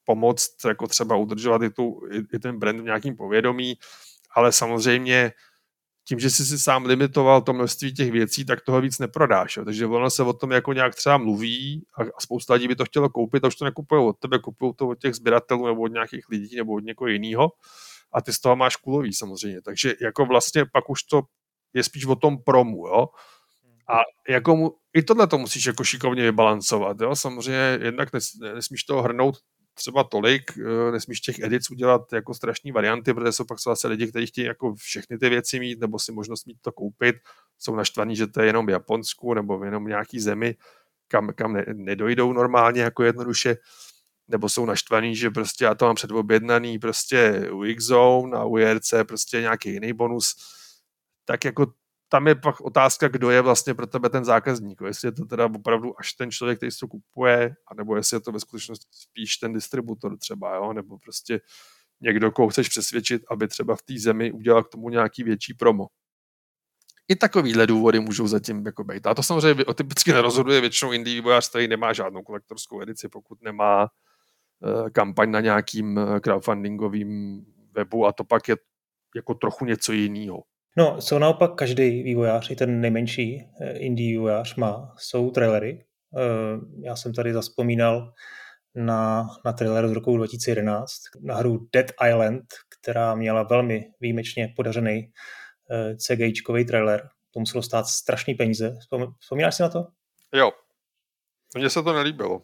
pomoct jako třeba udržovat i ten brand v nějakým povědomí, ale samozřejmě tím, že jsi si sám limitoval to množství těch věcí, tak toho víc neprodáš. Jo. Takže ono se o tom jako nějak třeba mluví a spousta lidí by to chtělo koupit a už to nekupují od tebe, kupují to od těch sběratelů nebo od nějakých lidí nebo od někoho jiného a ty z toho máš kulový samozřejmě. Takže jako vlastně pak už to je spíš o tom promu, jo. A jako i tohle to musíš jako šikovně vybalancovat, jo. Samozřejmě jednak nesmíš toho hrnout třeba tolik, nesmíš těch edits udělat jako strašný varianty, protože jsou pak zase lidi, kteří chtějí jako všechny ty věci mít, nebo si možnost mít to koupit, jsou naštvaní, že to je jenom v Japonsku, nebo jenom v nějaký zemi, kam nedojdou normálně jako jednoduše, nebo jsou naštvaní, že prostě já to mám předobjednaný prostě u X-Zone a u JRC prostě nějaký jiný bonus, tak jako tam je pak otázka, kdo je vlastně pro tebe ten zákazník. Jestli je to teda opravdu až ten člověk, který si to kupuje, anebo jestli je to ve skutečnosti spíš ten distributor třeba, jo? Nebo prostě někdo, koho chceš přesvědčit, aby třeba v té zemi udělal k tomu nějaký větší promo. I takovýhle důvody můžou zatím jako být. A to samozřejmě typicky nerozhoduje většinou indie vývojář, který nemá žádnou kolektorskou edici, pokud nemá kampaň na nějakým crowdfundingovým webu a to pak je jako trochu něco jiného. No, co naopak každý vývojář, i ten nejmenší indie vývojář má, jsou trailery. Já jsem tady zazpomínal na trailer z roku 2011, na hru Dead Island, která měla velmi výjimečně podařený CGIčkový trailer. To muselo stát strašný peníze. Vzpomínáš si na to? Jo. Mně se to nelíbilo.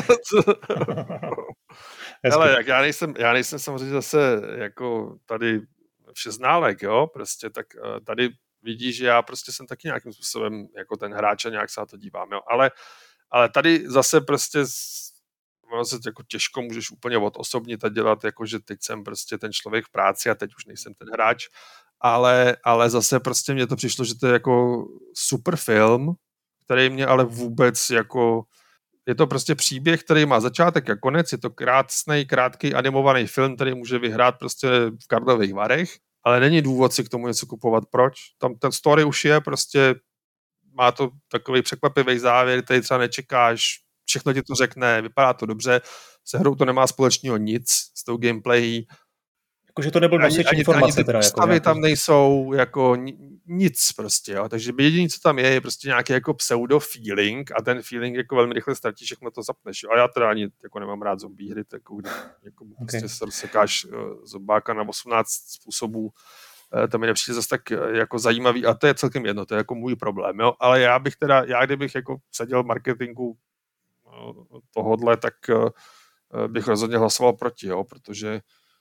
Hele, jak já nejsem samozřejmě zase jako tady všeználek, jo, prostě tak tady vidíš, že já prostě jsem taky nějakým způsobem jako ten hráč a nějak se na to dívám, jo, ale tady zase prostě ono se jako těžko můžeš úplně odosobnit a dělat, jako že teď jsem prostě ten člověk v práci a teď už nejsem ten hráč, ale zase prostě mně to přišlo, že to je jako super film, který mě ale vůbec jako je to prostě příběh, který má začátek a konec, je to krásný, krátký animovaný film, který může vyhrát prostě v kardových varech, ale není důvod si k tomu něco kupovat. Proč? Tam ten story už je prostě, má to takový překvapivý závěr, který třeba nečekáš, všechno ti to řekne, vypadá to dobře, se hrou to nemá společného nic s tou gameplay. Jakože to nebyl nosič informace. Ani ty postavy tam nejsou jako nic prostě, jo. Takže jediné, co tam je prostě nějaký jako pseudo feeling a ten feeling jako velmi rychle ztratíš, všechno to zapneš. Jo. A já teda ani jako nemám rád zombie hry, tak kdy jako prostě se rozsekáš zombáka na 18 způsobů, to mi nepřijde zase tak jako zajímavý a to je celkem jedno, to je jako můj problém, jo. Ale já kdybych jako seděl v marketingu tohodle, tak bych rozhodně hlasoval proti, jo, protože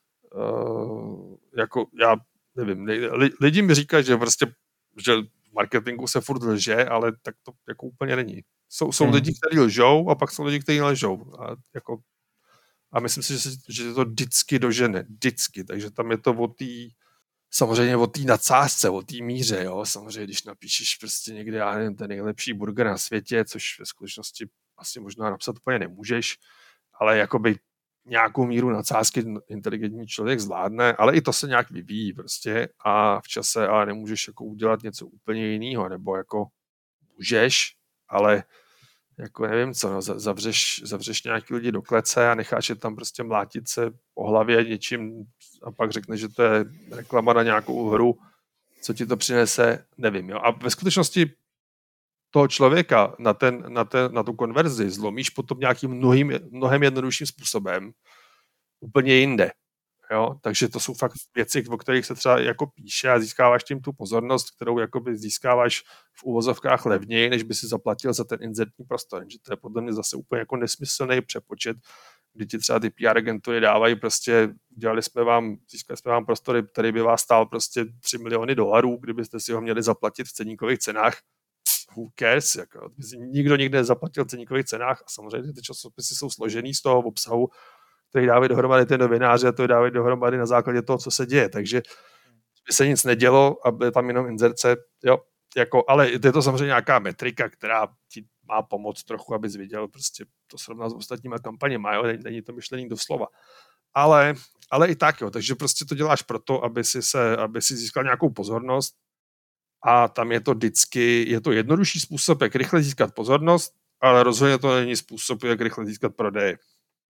jako já nevím, lidi mi říkají, že prostě, že v marketingu se furt lže, ale tak to jako úplně není. Jsou lidi, kteří lžou a pak jsou lidi, kteří nelžou. A myslím si, že to vždycky dožene. Vždycky. Takže tam je to samozřejmě o té nadsázce, o té míře, jo. Samozřejmě, když napíšeš prostě někde, já nevím, ten nejlepší burger na světě, což ve skutečnosti asi možná napsat úplně nemůžeš, ale jakoby nějakou míru nadsázky inteligentní člověk zvládne, ale i to se nějak vyvíjí prostě a v čase, ale nemůžeš jako udělat něco úplně jiného, nebo jako můžeš, ale jako nevím co, no, zavřeš nějaký lidi do klece a necháš je tam prostě mlátit se po hlavě něčím a pak řekneš, že to je reklama na nějakou hru, co ti to přinese, nevím, jo. A ve skutečnosti toho člověka na tu konverzi zlomíš potom nějakým mnohem jednodušším způsobem úplně jinde. Jo? Takže to jsou fakt věci, o kterých se třeba jako píše a získáváš tím tu pozornost, kterou jakoby získáváš v uvozovkách levněji, než by si zaplatil za ten inzertní prostor. Že to je podle mě zase úplně jako nesmyslný přepočet, kdy ti třeba ty PR agentury dávají prostě, získali jsme vám prostory, který by vás stál prostě $3 miliony, kdybyste si ho měli zaplatit v ceníkových cenách. Who cares, jako, nikdo nikde nezaplatil v ceníkových cenách a samozřejmě ty časopisy jsou složený z toho obsahu, který dávají dohromady ty novináři a to dávají dohromady na základě toho, co se děje, takže by se nic nedělo a byly tam jenom inzerce, jo, jako, ale je to samozřejmě nějaká metrika, která ti má pomoct trochu, abys viděl prostě to srovnat s ostatníma kampaněma, jo, není to myšlení doslova, ale i tak, jo, takže prostě to děláš proto, aby si získal nějakou pozornost. A tam je to jednodušší způsob, jak rychle získat pozornost, ale rozhodně to není způsob, jak rychle získat prodej.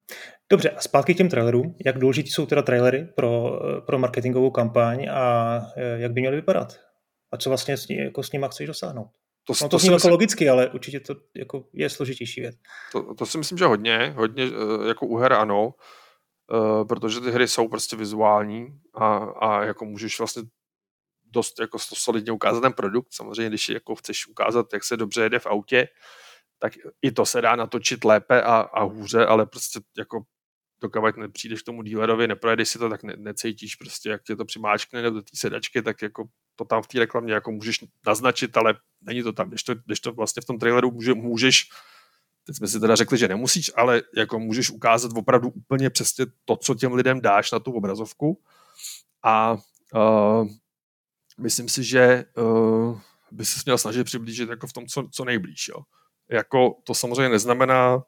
Dobře, a zpátky k těm trailerům. Jak důležitý jsou teda trailery pro marketingovou kampaň a jak by měly vypadat? A co vlastně s nima chceš dosáhnout? To zní jako logicky, ale určitě to jako je složitější věc. To si myslím, že hodně jako u her ano, protože ty hry jsou prostě vizuální a jako můžeš vlastně dost jako solidně ukázat ten produkt. Samozřejmě, když jako chceš ukázat, jak se dobře jede v autě, tak i to se dá natočit lépe a hůře, ale prostě jako dokud nepřijdeš k tomu dílerovi, neprojedeš si to, tak necítíš prostě, jak tě to přimáčkne do té sedačky, tak jako to tam v té reklamě jako můžeš naznačit, ale není to tam. Když to vlastně v tom traileru můžeš, teď jsme si teda řekli, že nemusíš, ale jako můžeš ukázat opravdu úplně přesně to, co těm lidem dáš na tu obrazovku a myslím si, že by se měl snažit přiblížit jako v tom, co nejblíž. Jo. Jako to samozřejmě neznamená,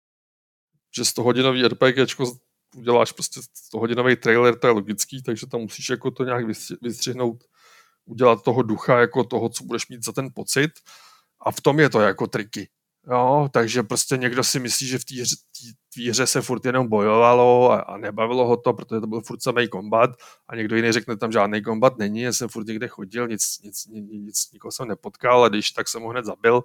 že 100-hodinový RPGčko uděláš prostě 100-hodinový trailer, to je logický, takže tam musíš jako to nějak vystřihnout, udělat toho ducha, jako toho, co budeš mít za ten pocit a v tom je to jako triky. Jo, takže prostě někdo si myslí, že v té hře se furt jenom bojovalo a nebavilo ho to, protože to byl furt samý kombat a někdo jiný řekne, tam žádný kombat není, já jsem furt někde chodil, nikoho jsem nepotkal a když tak jsem ho hned zabil.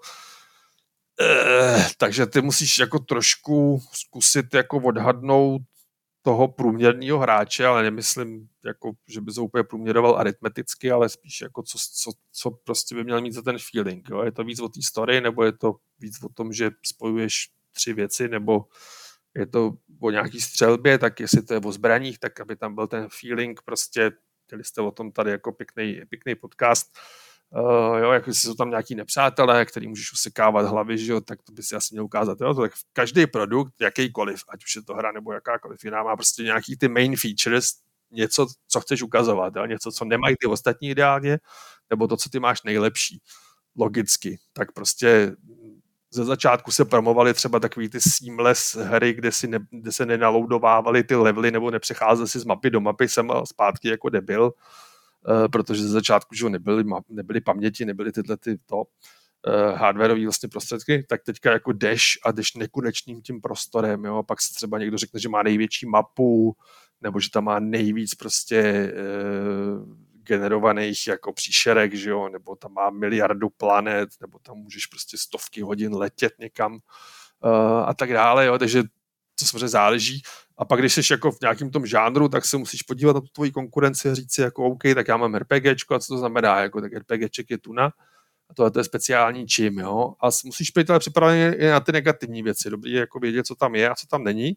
Takže ty musíš jako trošku zkusit jako odhadnout toho průměrného hráče, ale nemyslím, jako, že by se úplně průměroval aritmeticky, ale spíš jako co prostě by měl mít za ten feeling. Jo? Je to víc o té story, nebo je to víc o tom, že spojuješ 3 věci, nebo je to o nějaký střelbě, tak jestli to je o zbraních, tak aby tam byl ten feeling, prostě chtěli jste o tom tady jako pěkný podcast. Jo, jako jestli jsou tam nějaký nepřátelé, který můžeš usekávat hlavy, že jo, tak to by si asi měl ukázat. Jo? Tak každý produkt, jakýkoliv, ať už je to hra nebo jakákoliv jiná, má prostě nějaký ty main features, něco, co chceš ukazovat, jo? Něco, co nemají ty ostatní ideálně, nebo to, co ty máš nejlepší, logicky. Tak prostě ze začátku se promovaly třeba takový ty seamless hry, kde se nenaloudovávaly ty levely nebo nepřecházely si z mapy do mapy sem a zpátky jako debil, protože ze začátku že nebyly paměti, nebyly tyhle hardwareové vlastně prostředky, tak teďka jako jdeš nekonečným tím prostorem, jo, a pak se třeba někdo řekne, že má největší mapu, nebo že tam má nejvíc prostě generovaných jako příšerek, že jo, nebo tam má miliardu planet, nebo tam můžeš prostě 100 hodin letět někam a tak dále, jo, takže to samozřejmě záleží. A pak, když jsi jako v nějakém tom žánru, tak se musíš podívat na tu tvoji konkurenci a říct si jako OK, tak já mám RPGčko a co to znamená, jako tak RPGček je tuna a tohle je speciální čím, jo. A musíš být ale připravený i na ty negativní věci, dobrý jako vědět, co tam je a co tam není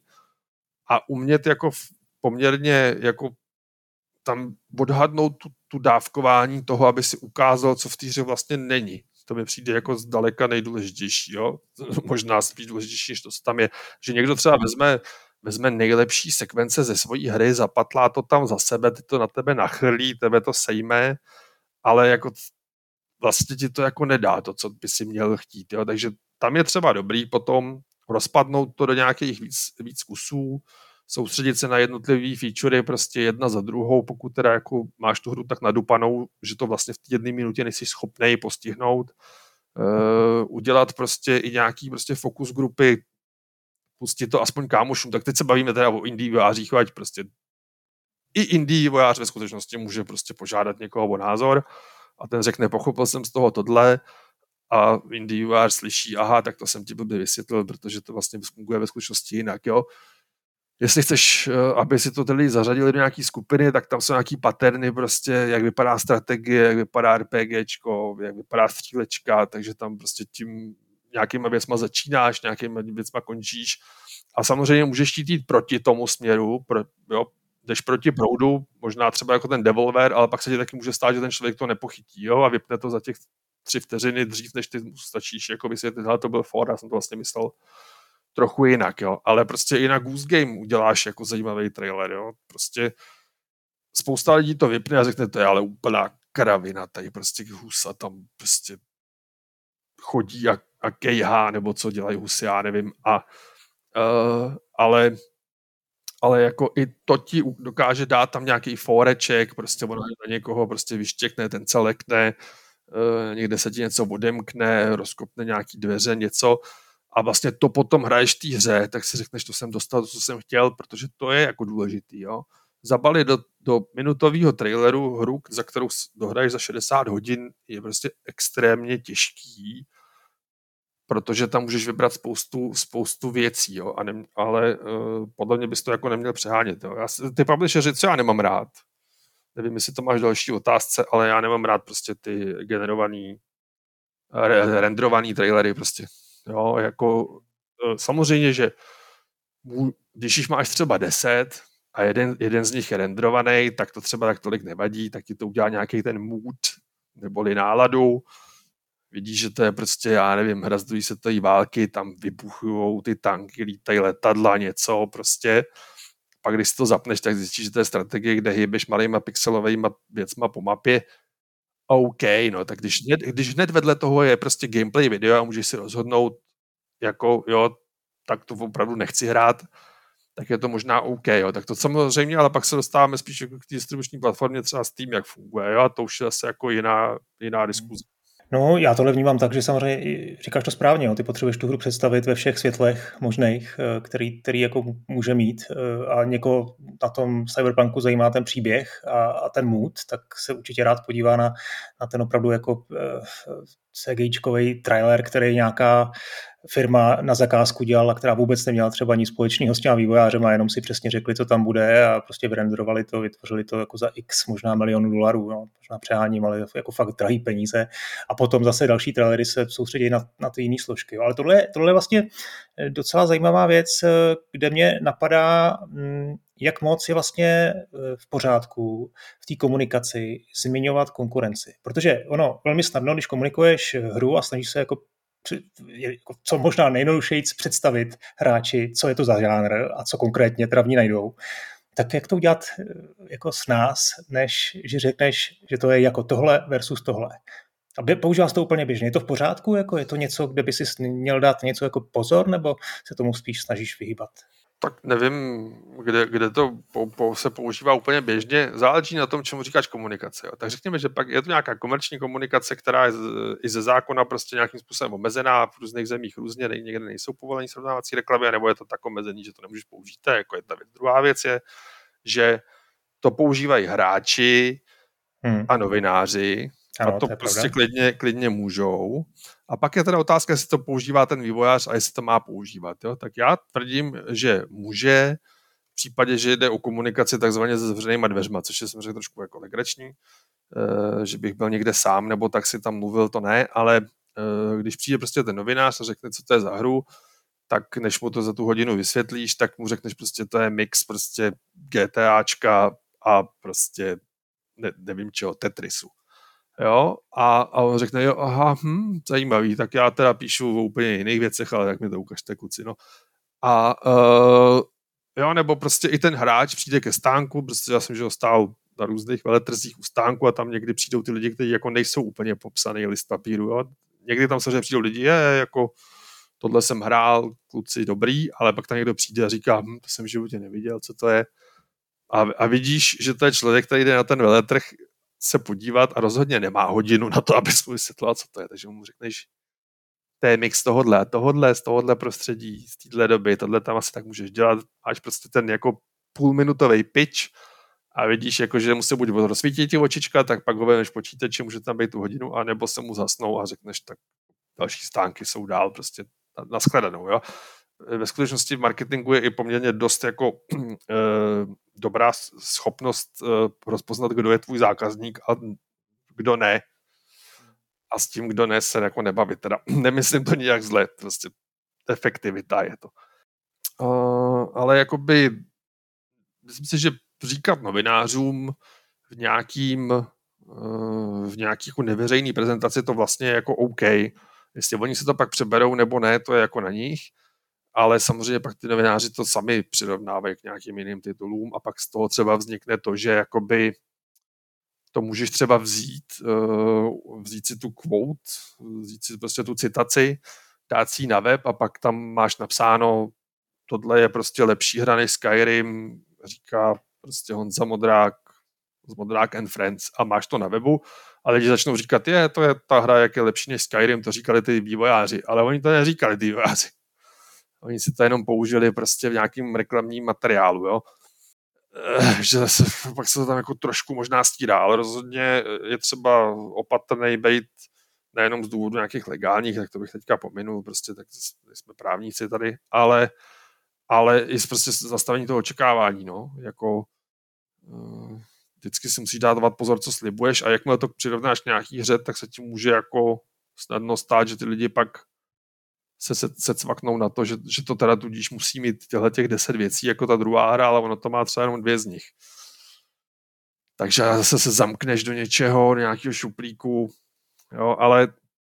a umět jako poměrně jako tam odhadnout tu dávkování toho, aby si ukázal, co v té hře vlastně není. To mi přijde jako zdaleka nejdůležitější, jo. Možná spíš důležitější, než to, co tam je. Že někdo třeba vezme nejlepší sekvence ze svojí hry, zapatlá to tam za sebe, ty to na tebe nachrlí, tebe to sejme, ale jako vlastně ti to jako nedá to, co by si měl chtít, jo. Takže tam je třeba dobrý potom rozpadnout to do nějakých víc kusů, soustředit se na jednotlivý featurey prostě jedna za druhou, pokud teda jako máš tu hru tak nadupanou, že to vlastně v té 1 minutě nejsi schopnej postihnout, udělat prostě i nějaký prostě fokus grupy, pustit to aspoň kámošům, tak teď se bavíme teda o indie vývojářích, ať prostě i indie vývojář ve skutečnosti může prostě požádat někoho o názor a ten řekne, pochopil jsem z toho tohle a indie vývojář slyší, aha, tak to jsem ti blbě vysvětlil, protože to vlastně funguje ve skutečnosti jinak, jo. Jestli chceš, aby si to tedy zařadili do nějaký skupiny, tak tam jsou nějaký paterny prostě, jak vypadá strategie, jak vypadá RPGčko, jak vypadá střílečka, takže tam prostě tím nějakýma věcma začínáš, nějakýma věcma končíš a samozřejmě můžeš jít proti tomu směru, jo, jdeš proti proudu, možná třeba jako ten Devolver, ale pak se ti taky může stát, že ten člověk to nepochytí, jo, a vypne to za těch 3 vteřiny dřív, než ty stačíš jako vysvětlit, hele, to byl for, já jsem to vlastně myslel trochu jinak, jo, ale prostě i na Goose Game uděláš jako zajímavý trailer, jo, prostě spousta lidí to vypne a řekne, to je ale úplná kravina, tady prostě husa tam prostě chodí a kejhá, nebo co dělají husy, já nevím, ale jako i to ti dokáže dát tam nějaký foreček, prostě ono na někoho prostě vyštěkne, ten se lekne, někde se ti něco odemkne, rozkopne nějaký dveře, něco a vlastně to potom hraješ v té hře, tak si řekneš, to jsem dostal, to, co jsem chtěl, protože to je jako důležitý, jo. Zabalit do minutového traileru hru, za kterou dohraješ za 60 hodin, je prostě extrémně těžký, protože tam můžeš vybrat spoustu věcí, jo, ale podle mě bys to jako neměl přehánět. Jo. Ty publisheri, co já nemám rád, nevím, jestli to máš další otázce, ale já nemám rád prostě ty generovaný, renderovaný trailery prostě. Jo, jako samozřejmě, že když jich máš třeba 10 a jeden z nich je renderovaný, tak to třeba tak tolik nevadí, tak ti to udělá nějaký ten mood neboli náladu. Vidíš, že to je prostě, já nevím, hrazdují se tady války, tam vybuchujou ty tanky, lítají letadla, něco prostě. Pak když si to zapneš, tak zjistíš, že to je strategie, kde hýbeš malýma pixelovými věcma po mapě. OK, no, tak když hned vedle toho je prostě gameplay video a můžeš si rozhodnout, jako jo, tak to opravdu nechci hrát, tak je to možná OK, jo. Tak to samozřejmě, ale pak se dostáváme spíš jako k té distribuční platformě, třeba Steam, jak funguje, jo, a to už je asi jako jiná diskuze. No, já tohle vnímám tak, že samozřejmě říkáš to správně, jo. Ty potřebuješ tu hru představit ve všech světlech možných, který jako může mít, a někoho na tom Cyberpunku zajímá ten příběh a ten mood, tak se určitě rád podívá na ten opravdu jako CGIčkovej trailer, který nějaká firma na zakázku dělala, která vůbec neměla třeba nic společného s těma vývojářem a jenom si přesně řekli, co tam bude a prostě vyrenderovali to, vytvořili to jako za x možná milionů dolarů, no, možná přeháním, ale jako fakt drahý peníze. A potom zase další trailery se soustředí na ty jiné složky. Ale tohle je vlastně docela zajímavá věc, kde mě napadá, jak moc je vlastně v pořádku v té komunikaci zmiňovat konkurenci. Protože ono velmi snadno, když komunikuješ hru a snažíš se jako co možná nejjednodušeji představit hráči, co je to za žánr a co konkrétně teda v ní najdou, tak jak to udělat jako s nás, než že řekneš, že to je jako tohle versus tohle. A používá se to úplně běžně. Je to v pořádku? Jako je to něco, kde by si měl dát něco jako pozor, nebo se tomu spíš snažíš vyhýbat? Tak nevím, kde to se používá úplně běžně. Záleží na tom, čemu říkáš komunikace. Jo. Tak řekněme, že pak je to nějaká komerční komunikace, která je i ze zákona prostě nějakým způsobem omezená, v různých zemích různě, někde nejsou povolení srovnávací reklamy, nebo je to tak omezený, že to nemůžeš použít. To je jako jedna věc. Druhá věc je, že to používají hráči a novináři, ano, a to prostě klidně můžou. A pak je teda otázka, jestli to používá ten vývojář a jestli to má používat. Jo? Tak já tvrdím, že může, v případě, že jde o komunikaci takzvaně se zavřenýma dveřma, což je samozřejmě trošku jako legrační, že bych byl někde sám, nebo tak si tam mluvil, to ne, ale když přijde prostě ten novinář a řekne, co to je za hru, tak než mu to za tu hodinu vysvětlíš, tak mu řekneš prostě, to je mix prostě GTAčka a prostě nevím čeho, Tetrisu. Jo, a on řekne, jo, aha, zajímavý, tak já teda píšu o úplně jiných věcech, ale tak mi to ukažte, kluci, no. A jo, nebo prostě i ten hráč přijde ke stánku, prostě já jsem, že ho stál na různých veletrzích u stánku a tam někdy přijdou ty lidi, kteří jako nejsou úplně popsaný list papíru, jo. Někdy tam samozřejmě přijdou lidi, jako tohle jsem hrál, kluci, dobrý, ale pak tam někdo přijde a říká, to jsem v životě neviděl, co to je. A vidíš, že to je člověk, který jde na ten veletrh se podívat a rozhodně nemá hodinu na to, aby mu vysvětlila, co to je. Takže mu řekneš, to je mix tohodle, z tohohle prostředí, z téhle doby, tohle tam asi tak můžeš dělat. Máš prostě ten jako půlminutový pitch a vidíš, jako, že mu se buď rozsvítí ti očička, tak pak ho vemeš počítače, může tam být tu hodinu, anebo se mu zasnou a řekneš, tak další stánky jsou dál prostě na shledanou, jo. Ve skutečnosti v marketingu je i poměrně dost jako dobrá schopnost rozpoznat, kdo je tvůj zákazník a kdo ne. A s tím, kdo ne, se jako nebavit. Teda nemyslím to nijak zle, prostě efektivita je to. Ale jakoby myslím si, že říkat novinářům v nějaký jako neveřejný prezentaci to vlastně je jako OK. Jestli oni se to pak přeberou nebo ne, to je jako na nich. Ale samozřejmě pak ty novináři to sami přirovnávají k nějakým jiným titulům a pak z toho třeba vznikne to, že jakoby to můžeš třeba vzít si tu quote, vzít si prostě tu citaci, dát si ji na web a pak tam máš napsáno, tohle je prostě lepší hra než Skyrim, říká prostě Honza Modrák z Modrák and Friends a máš to na webu a lidi začnou říkat, to je ta hra, jak je lepší než Skyrim, to říkali ty vývojáři, ale oni to neříkali ty vývojáři. Oni si to jenom použili prostě v nějakým reklamním materiálu, jo. Že pak se to tam jako trošku možná stírá, ale rozhodně je třeba opatrnej být nejenom z důvodu nějakých legálních, tak to bych teďka pominul, prostě tak jsme právníci tady, ale i prostě zastavení toho očekávání, no, jako vždycky si musíš dávat pozor, co slibuješ a jakmile to přirovnáš k nějaký hře, tak se ti může jako snadno stát, že ty lidi pak se cvaknou na to, že to teda tudíž musí mít těch 10 věcí jako ta druhá hra, ale ono to má třeba jenom 2 z nich. Takže zase se zamkneš do něčeho, do nějakého šuplíku, jo, ale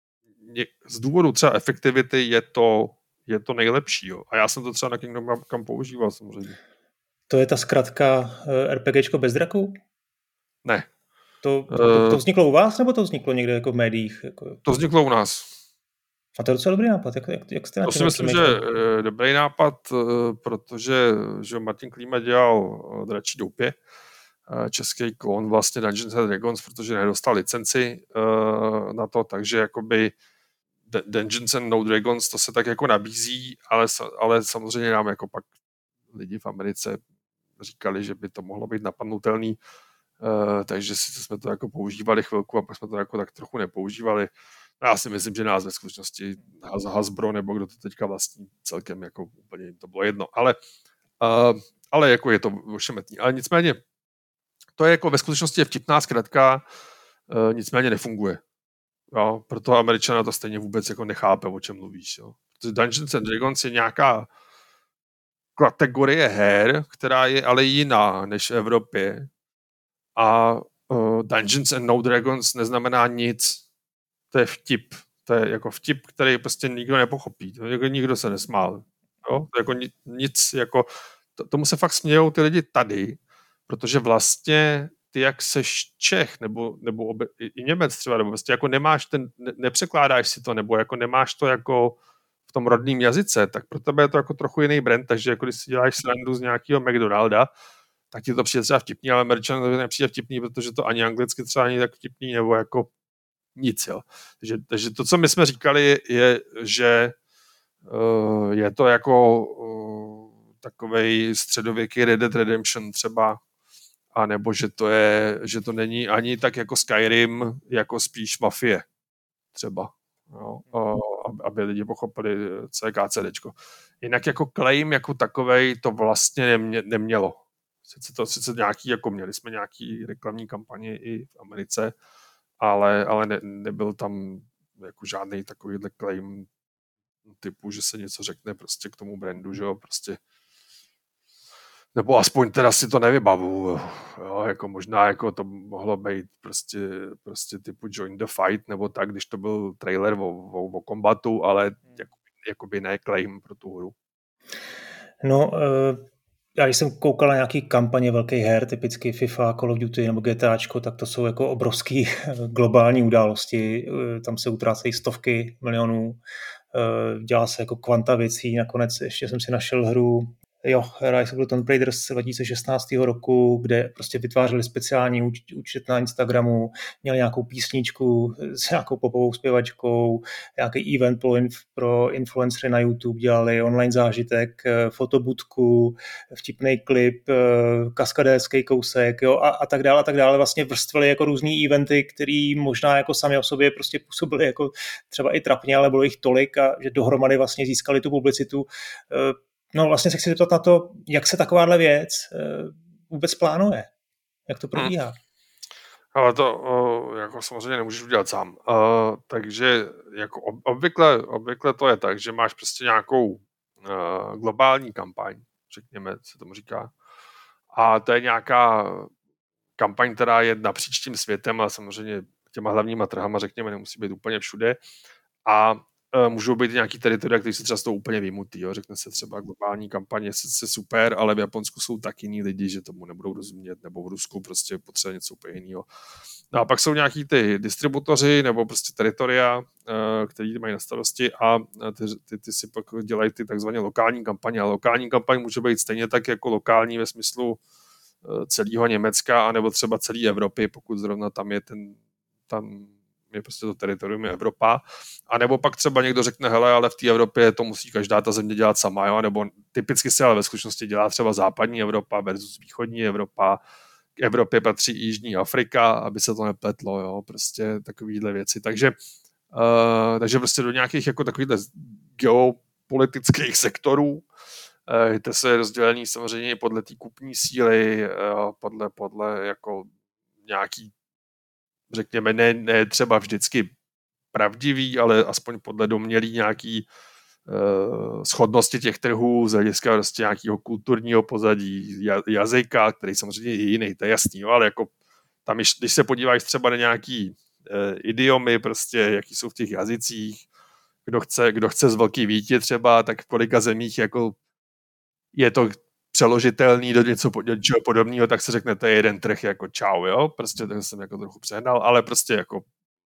z důvodu třeba efektivity je to nejlepší, jo. A já jsem to třeba na Kingdom Come používal samozřejmě. To je ta zkratka RPGčko bez draků? Ne. To vzniklo u vás, nebo to vzniklo někde jako v médiích? Jako... To vzniklo u nás. A to je docela dobrý nápad. Jak jste na to si myslím, že je dobrý nápad, protože že Martin Klíma dělal Dračí doupě, český klon vlastně Dungeons and Dragons, protože nedostal licenci na to, takže jakoby Dungeons and No Dragons to se tak jako nabízí, ale samozřejmě nám jako pak lidi v Americe říkali, že by to mohlo být napadnutelný, takže jsme to jako používali chvilku a pak jsme to jako tak trochu nepoužívali. Já si myslím, že nás ve skutečnosti Hasbro nebo kdo to teďka vlastní celkem jako úplně to bylo jedno, ale jako je to ošemetný. Ale nicméně to je jako ve skutečnosti je vtipná zkratka, nicméně nefunguje. Jo, proto Američana to stejně vůbec jako nechápe, o čem mluvíš. Jo. Protože Dungeons and Dragons je nějaká kategorie her, která je ale jiná než v Evropě. A Dungeons and No Dragons neznamená nic. To je vtip. To je jako vtip, který prostě nikdo nepochopí. To jako nikdo se nesmál. Jo? To jako nic, jako tomu se fakt smějou ty lidi tady, protože vlastně ty, jak seš Čech, nebo i Němec třeba, nebo vlastně jako nemáš nepřekládáš si to, nebo jako nemáš to jako v tom rodném jazyce, tak pro tebe je to jako trochu jiný brand, takže jako když si děláš srandu z nějakého McDonalda, tak ti to přijde třeba vtipný, ale Američan to nepřijde vtipný, protože to ani anglicky třeba ani tak vtipný, nebo jako nic, jo. Takže to, co my jsme říkali, je, že je to jako takovej středověký Red Dead Redemption třeba, a nebo že to není ani tak jako Skyrim, jako spíš Mafie třeba. Jo, aby lidi pochopili CKCDčko. Jinak jako claim jako takovej to vlastně nemělo. Sice nějaký, jako měli jsme nějaký reklamní kampaně i v Americe, ale nebyl tam jako žádný takovýhle claim typu, že se něco řekne prostě k tomu brandu, že jo, prostě nebo aspoň teda si to nevybavu, jo, jako možná jako to mohlo být prostě typu Join the Fight, nebo tak, když to byl trailer o kombatu, ale jakoby ne claim pro tu hru. No, já když jsem koukal na nějaký kampaně velkých her, typicky FIFA, Call of Duty nebo GTAčko, tak to jsou jako obrovský globální události, tam se utrácejí stovky milionů, dělá se jako kvanta věcí, nakonec ještě jsem si našel hru Rise of the Tomb Raider z 2016 roku, kde prostě vytvářeli speciální účet na Instagramu, měli nějakou písničku s nějakou popovou zpěvačkou, nějaký event pro influencery na YouTube, dělali online zážitek, fotobudku, vtipný klip, kaskadérský kousek, jo, a tak dále. Vlastně vrstvili jako různý eventy, který možná jako sami o sobě prostě působili jako třeba i trapně, ale bylo jich tolik a že dohromady vlastně získali tu publicitu. No vlastně se chci zeptat na to, jak se takováhle věc vůbec plánuje, jak to probíhá. Ale to jako samozřejmě nemůžeš udělat sám. Takže jako obvykle to je tak, že máš prostě nějakou globální kampaň, řekněme, se tomu říká. A to je nějaká kampaň, která je napříč tím světem a samozřejmě těma hlavníma trhama, řekněme, nemusí být úplně všude. A můžou být nějaký teritoria, které se třeba z toho úplně vymutí. Jo. Řekne se třeba globální kampaně, sice super, ale v Japonsku jsou tak jiní lidi, že tomu nebudou rozumět, nebo v Rusku prostě potřebuje něco úplně jiného. No a pak jsou nějaký ty distributoři nebo prostě teritoria, který mají na starosti a ty si pak dělají ty takzvané lokální kampaně. A lokální kampaň může být stejně tak jako lokální ve smyslu celého Německa anebo třeba celé Evropy, pokud zrovna tam je tam je prostě to teritorium je Evropa. A nebo pak třeba někdo řekne, hele, ale v té Evropě to musí každá ta země dělat sama, jo? Nebo typicky se ale ve skutečnosti dělá třeba západní Evropa versus východní Evropa. K Evropě patří i Jižní Afrika, aby se to nepletlo, jo? Prostě takovýhle věci. Takže prostě do nějakých jako takovýchhle geopolitických sektorů, to se rozdělení samozřejmě podle té kupní síly, podle jako nějaký, řekněme, ne třeba vždycky pravdivý, ale aspoň podle domnělý nějaký shodnosti těch trhů z hlediska prostě nějakého kulturního pozadí, jazyka, který samozřejmě je jiný, to je jasný, jo, ale jako tam, když se podíváš třeba na nějaký idiomy, prostě, jaký jsou v těch jazycích, kdo chce z velký vítě třeba, tak v kolika zemích jako je to přeložitelný do něčeho podobného, tak se řekne, to je jeden trh, jako čau, jo, prostě to jsem jako trochu přehnal, ale prostě jako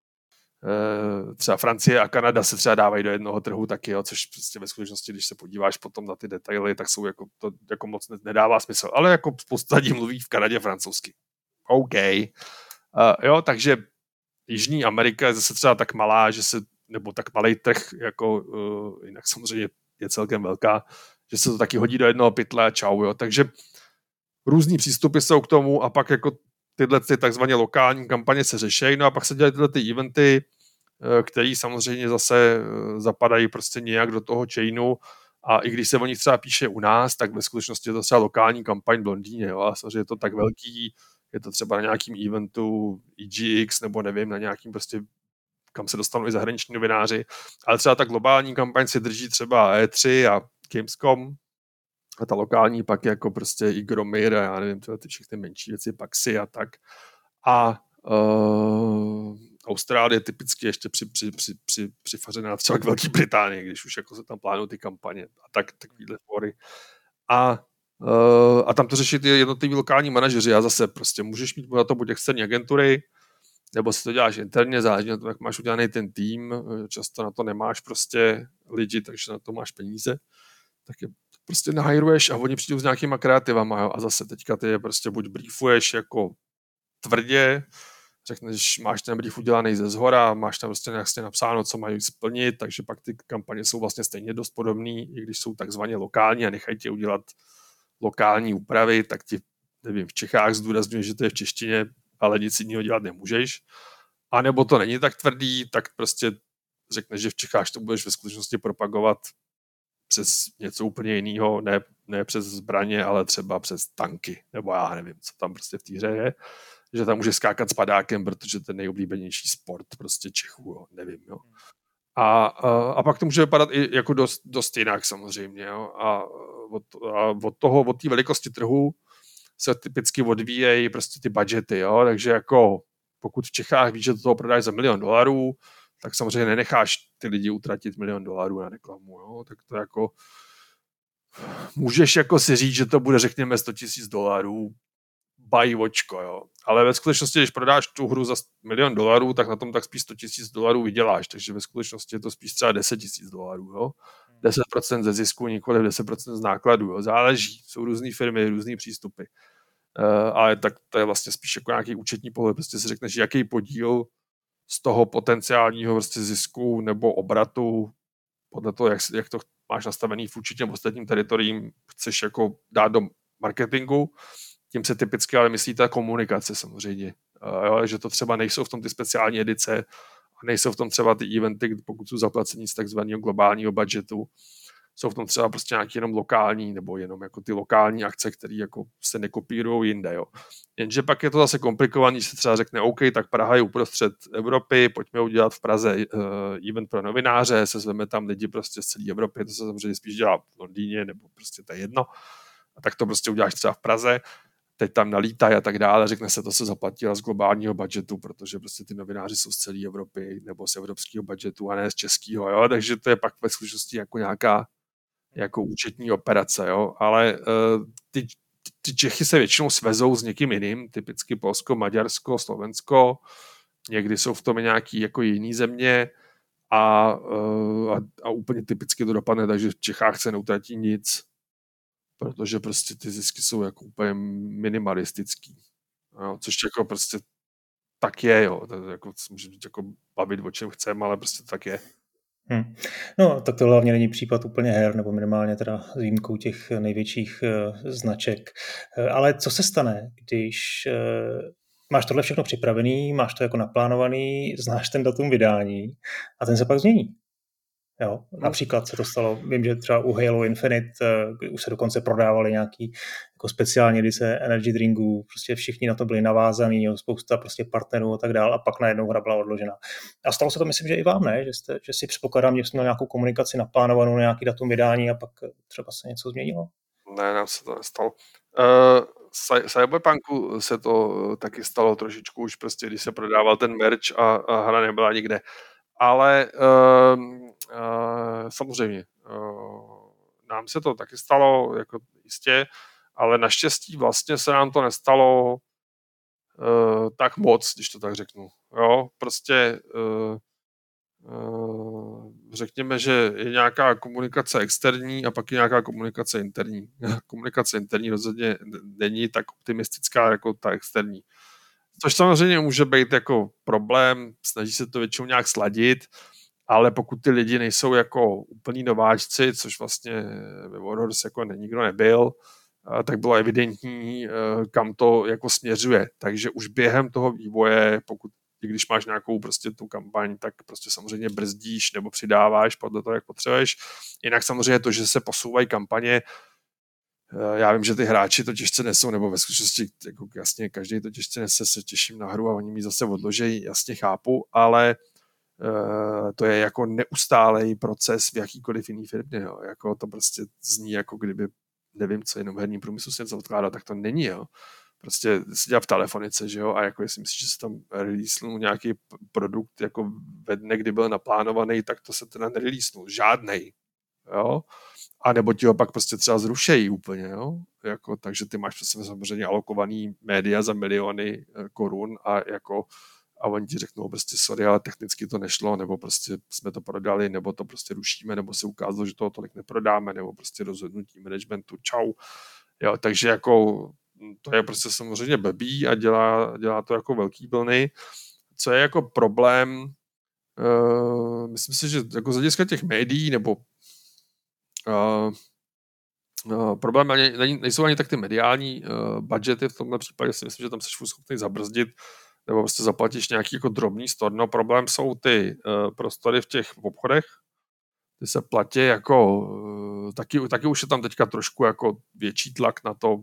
třeba Francie a Kanada se třeba dávají do jednoho trhu taky, jo, což prostě ve skutečnosti, když se podíváš potom na ty detaily, tak jsou jako, to jako moc nedává smysl, ale jako spousta lidí mluví v Kanadě francouzsky. OK. Jo, takže Jižní Amerika je zase třeba tak malá, nebo tak malej trh, jako jinak samozřejmě je celkem velká, že se to taky hodí do jednoho pytle a čau, jo. Takže různý přístupy jsou k tomu a pak jako tyhle ty takzvané lokální kampaně se řeší, no a pak se dělají tyhle ty eventy, které samozřejmě zase zapadají prostě nějak do toho chainu a i když se o nich třeba píše u nás, tak ve skutečnosti je to třeba lokální kampaň v Londýně, jo, a samozřejmě je to tak velký, je to třeba na nějakým eventu EGX nebo nevím, na nějakým prostě, kam se dostanou i zahraniční novináři, ale třeba ta globální kampaň si drží třeba E3 a Gamescom, a ta lokální pak jako prostě i Gromir a já nevím, ty všechny menší věci, Paxi a tak. A Austrálie typicky ještě přifařená třeba k Velké Británii, když už jako se tam plánují ty kampaně a takovýhle fóry. A tam to řeší ty jednotliví lokální manažeři a zase prostě můžeš mít na to buď externí agentury, nebo si to děláš interně, záleží na to, jak máš udělaný ten tým, často na to nemáš prostě lidi, takže na to máš peníze, tak je prostě nahajruješ a oni přijdou s nějakýma kreativama, jo? A zase teďka ty je prostě buď briefuješ jako tvrdě, řekneš, máš ten brief udělaný ze zhora, máš tam prostě nějak napsáno, co mají splnit, takže pak ty kampaně jsou vlastně stejně dost podobný, i když jsou takzvaně lokální a nechají tě udělat lokální úpravy, tak ti, nevím, v Čechách zdůrazňuje, že to je v češtině, ale nic jiného dělat nemůžeš. A nebo to není tak tvrdý, tak prostě řekneš, že v Čechách to budeš ve skutečnosti propagovat přes něco úplně jiného, ne přes zbraně, ale třeba přes tanky, nebo já nevím, co tam prostě v té hře je, že tam může skákat s padákem, protože to je nejoblíbenější sport prostě Čechů, jo, nevím, jo. A pak to může vypadat i jako dost jinak samozřejmě, jo. A od té velikosti trhu se typicky odvíjejí prostě ty budgety, jo, takže jako pokud v Čechách víš, že to toho prodáš za $1 milion, tak samozřejmě nenecháš ty lidi utratit $1 milion na reklamu, jo, tak to jako můžeš jako si říct, že to bude řekněme $100,000, buy vočko, jo, ale ve skutečnosti, když prodáš tu hru za $1 milion, tak na tom tak spíš $100,000 vyděláš, takže ve skutečnosti je to spíš třeba $10,000, jo, 10% ze zisku, nikoliv 10% z nákladů, jo, záleží, jsou různé firmy, různý přístupy. Ale tak to je vlastně spíš jako nějaký účetní pohled, prostě si řekneš, jaký podíl z toho potenciálního prostě zisku nebo obratu, podle toho, jak to máš nastavený v určitě ostatním teritoriím, chceš jako dát do marketingu, tím se typicky ale myslí ta komunikace samozřejmě, jo, že to třeba nejsou v tom ty speciální edice a nejsou v tom třeba ty eventy, pokud jsou zaplacení z takzvaného globálního budgetu, jsou v tom třeba prostě nějaký jenom lokální nebo jenom jako ty lokální akce, které jako se nekopírujou jinde, jo. Jenže pak je to zase komplikovaný, že se třeba řekne, OK, tak Praha je uprostřed Evropy, pojďme udělat v Praze event pro novináře, se zveme tam lidi prostě z celé Evropy, to se samozřejmě spíš dělá v Londýně, nebo prostě to je jedno. A tak to prostě uděláš třeba v Praze, teď tam nalítají a tak dále, řekne se, to se zaplatila z globálního budžetu, protože prostě ty novináři jsou z celé Evropy nebo z evropského budžetu a ne z českého, jo, takže to je pak ve skutečnosti jako nějaká jako účetní operace, jo, ale ty Čechy se většinou svezou s někým jiným, typicky Polsko, Maďarsko, Slovensko, někdy jsou v tom nějaký jako jiný země a úplně typicky to dopadne, takže v Čechách se neutratí nic, protože prostě ty zisky jsou jako úplně minimalistický, jo, což jako prostě tak je, jo, to jako může být jako bavit, o čem chceme, ale prostě to tak je. No, tak to hlavně není případ úplně her, nebo minimálně teda s výjimkou těch největších značek. Ale co se stane, když máš tohle všechno připravený, máš to jako naplánovaný, znáš ten datum vydání a ten se pak změní? Jo, například se to stalo, vím, že třeba u Halo Infinite už se dokonce prodávaly nějaký jako speciální edice energy drinků, prostě všichni na to byli navázaný, jo, spousta prostě partnerů a tak dál, a pak najednou hra byla odložena. A stalo se to, myslím, že i vám, ne? Že si předpokládám, že jsi měl nějakou komunikaci naplánovanou na nějaký datum vydání a pak třeba se něco změnilo? Ne, nám se to nestalo. Cyberpunku se to taky stalo trošičku už prostě, když se prodával ten merch a hra nebyla nikde. Ale samozřejmě, nám se to taky stalo, jako jistě, ale naštěstí vlastně se nám to nestalo tak moc, když to tak řeknu. Jo, prostě řekněme, že je nějaká komunikace externí a pak je nějaká komunikace interní. Komunikace interní rozhodně není tak optimistická jako ta externí. Což samozřejmě může být jako problém, snaží se to většinou nějak sladit, ale pokud ty lidi nejsou jako úplní nováčci, což vlastně ve Warhorse jako nikdo nebyl, tak bylo evidentní, kam to jako směřuje. Takže už během toho vývoje, i když máš nějakou prostě tu kampaň, tak prostě samozřejmě brzdíš nebo přidáváš podle toho, jak potřebuješ. Jinak samozřejmě to, že se posouvají kampaně, já vím, že ty hráči to těžce nesou, nebo ve skutečnosti jako jasně každý to těžce nese, se těším na hru a oni mi zase odložejí, jasně chápu, ale to je jako neustálej proces v jakýkoliv jiný firmě, jo. Jako to prostě zní, jako kdyby nevím, co jenom v herním průmyslu se něco odkládá, tak to není, jo. Prostě se dělá v telefonice, že jo, a jako jestli myslíš, že se tam releasenul nějaký produkt jako ve dne, kdy byl naplánovaný, tak to se teda nereleasenul, žádnej, jo. A nebo ti ho pak prostě třeba zrušejí úplně, jo. Jako, takže ty máš prostě samozřejmě alokovaný média za miliony korun a oni ti řeknou prostě sorry, ale technicky to nešlo, nebo prostě jsme to prodali, nebo to prostě rušíme, nebo se ukázalo, že toho tolik neprodáme, nebo prostě rozhodnutí managementu, čau. Jo, takže jako to je prostě samozřejmě blbý a dělá to jako velký vlny. Co je jako problém, myslím si, že jako z hlediska těch médií, nebo problém nejsou ani tak ty mediální budgety, v tomhle případě si myslím, že tam jsi schopný zabrzdit, nebo prostě zaplatíš nějaký jako drobný storno. Problém jsou ty prostory v těch obchodech, ty se platí jako, taky už je tam teďka trošku jako větší tlak na to,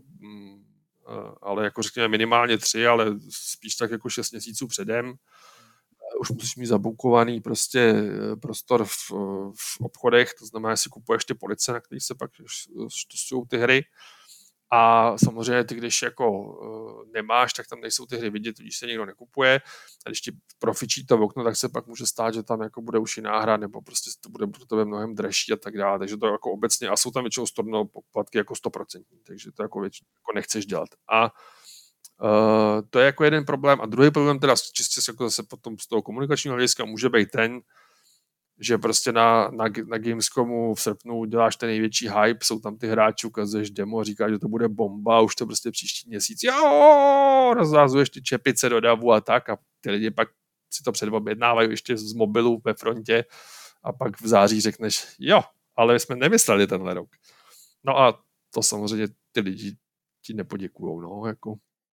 ale jako řekněme minimálně 3, ale spíš tak jako 6 měsíců předem. Už musíš mít zabukovaný prostě prostor v obchodech, to znamená, že si kupuješ ty police, na kterých se pak štusují ty hry. A samozřejmě ty, když jako nemáš, tak tam nejsou ty hry vidět, když se nikdo nekupuje. A když ti profičí to v okno, tak se pak může stát, že tam jako bude už jiná hra, nebo prostě to bude pro tebe mnohem dražší a tak dále. Takže to jako obecně, a jsou tam většinou storno poplatky jako 100%, takže to jako většinou jako nechceš dělat. A to je jako jeden problém. A druhý problém teda čistě jako zase potom z toho komunikačního hlediska může být ten, že prostě na Gamescomu v srpnu děláš ten největší hype, jsou tam ty hráči, ukazuješ demo, říkáš, že to bude bomba, už to prostě příští měsíc, jo, rozházuješ ty čepice do davu a tak a ty lidi pak si to předobjednávají ještě z mobilu ve frontě a pak v září řekneš, jo, ale my jsme nemysleli tenhle rok. No a to samozřejmě ty lidi ti nepoděkujou, no, jako.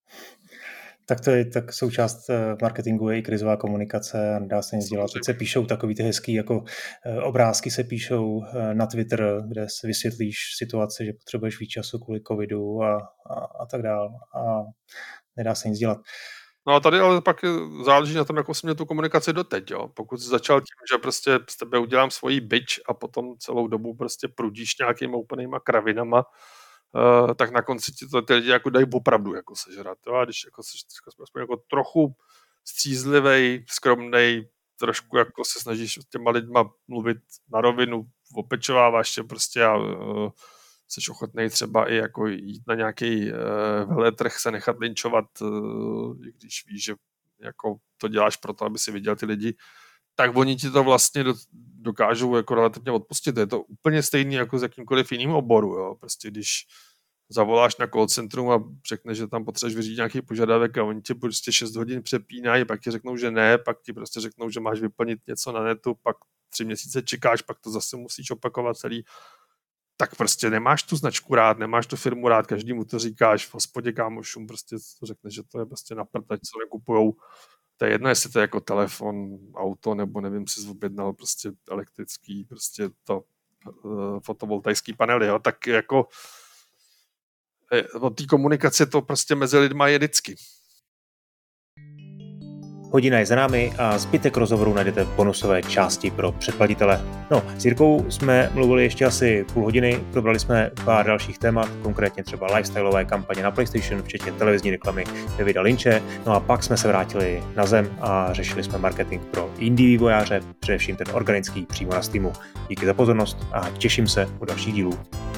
Tak to je tak součást marketingu, je i krizová komunikace a nedá se nic dělat. Teď se píšou takový ty hezký jako obrázky se píšou na Twitter, kde se vysvětlíš situaci, že potřebuješ víc času kvůli covidu a tak dál. A nedá se nic dělat. No a tady ale pak záleží na tom, jako jsem měl tu komunikaci doteď, jo. Pokud jsi začal tím, že prostě z tebe udělám svoji bič a potom celou dobu prostě prudíš nějakýma úplnýma kravinama, tak na konci ti to ty lidi jako dají opravdu jako sežrat. Jo? A když jako jsi jako trochu střízlivej, skromnej, trošku jako se snažíš s těma lidma mluvit na rovinu, opečováváš je prostě a jsi ochotnej třeba i jako jít na nějaký veletrh, se nechat linčovat, když víš, že jako to děláš proto, aby si viděl ty lidi, tak oni ti to vlastně dokážou jako relativně odpustit. Je to úplně stejný jako s jakýmkoliv jiným oboru. Jo? Prostě když zavoláš na call centrum a řekneš, že tam potřebuješ vyřídit nějaký požadavek a oni ti prostě 6 hodin přepínají, pak ti řeknou, že ne, pak ti prostě řeknou, že máš vyplnit něco na netu, pak 3 měsíce čekáš, pak to zase musíš opakovat celý. Tak prostě nemáš tu značku rád, nemáš tu firmu rád, každému to říkáš, v hospodě kámošům prostě to řekne, že to je prostě na prd, ať co nekupujou. To je jedno, jestli to je jako telefon, auto, nebo nevím, si objednal prostě elektrický, prostě to fotovoltaický panely, jo, tak jako od té komunikace to prostě mezi lidma je vždycky. Hodina je za námi a zbytek rozhovoru najdete v bonusové části pro předplatitele. No, s Jirkou jsme mluvili ještě asi půl hodiny, probrali jsme pár dalších témat, konkrétně třeba lifestyleové kampaně na PlayStation, včetně televizní reklamy Davida Lynche, no a pak jsme se vrátili na zem a řešili jsme marketing pro indie vývojáře, především ten organický přímo na Steamu. Díky za pozornost a těším se u dalších dílů.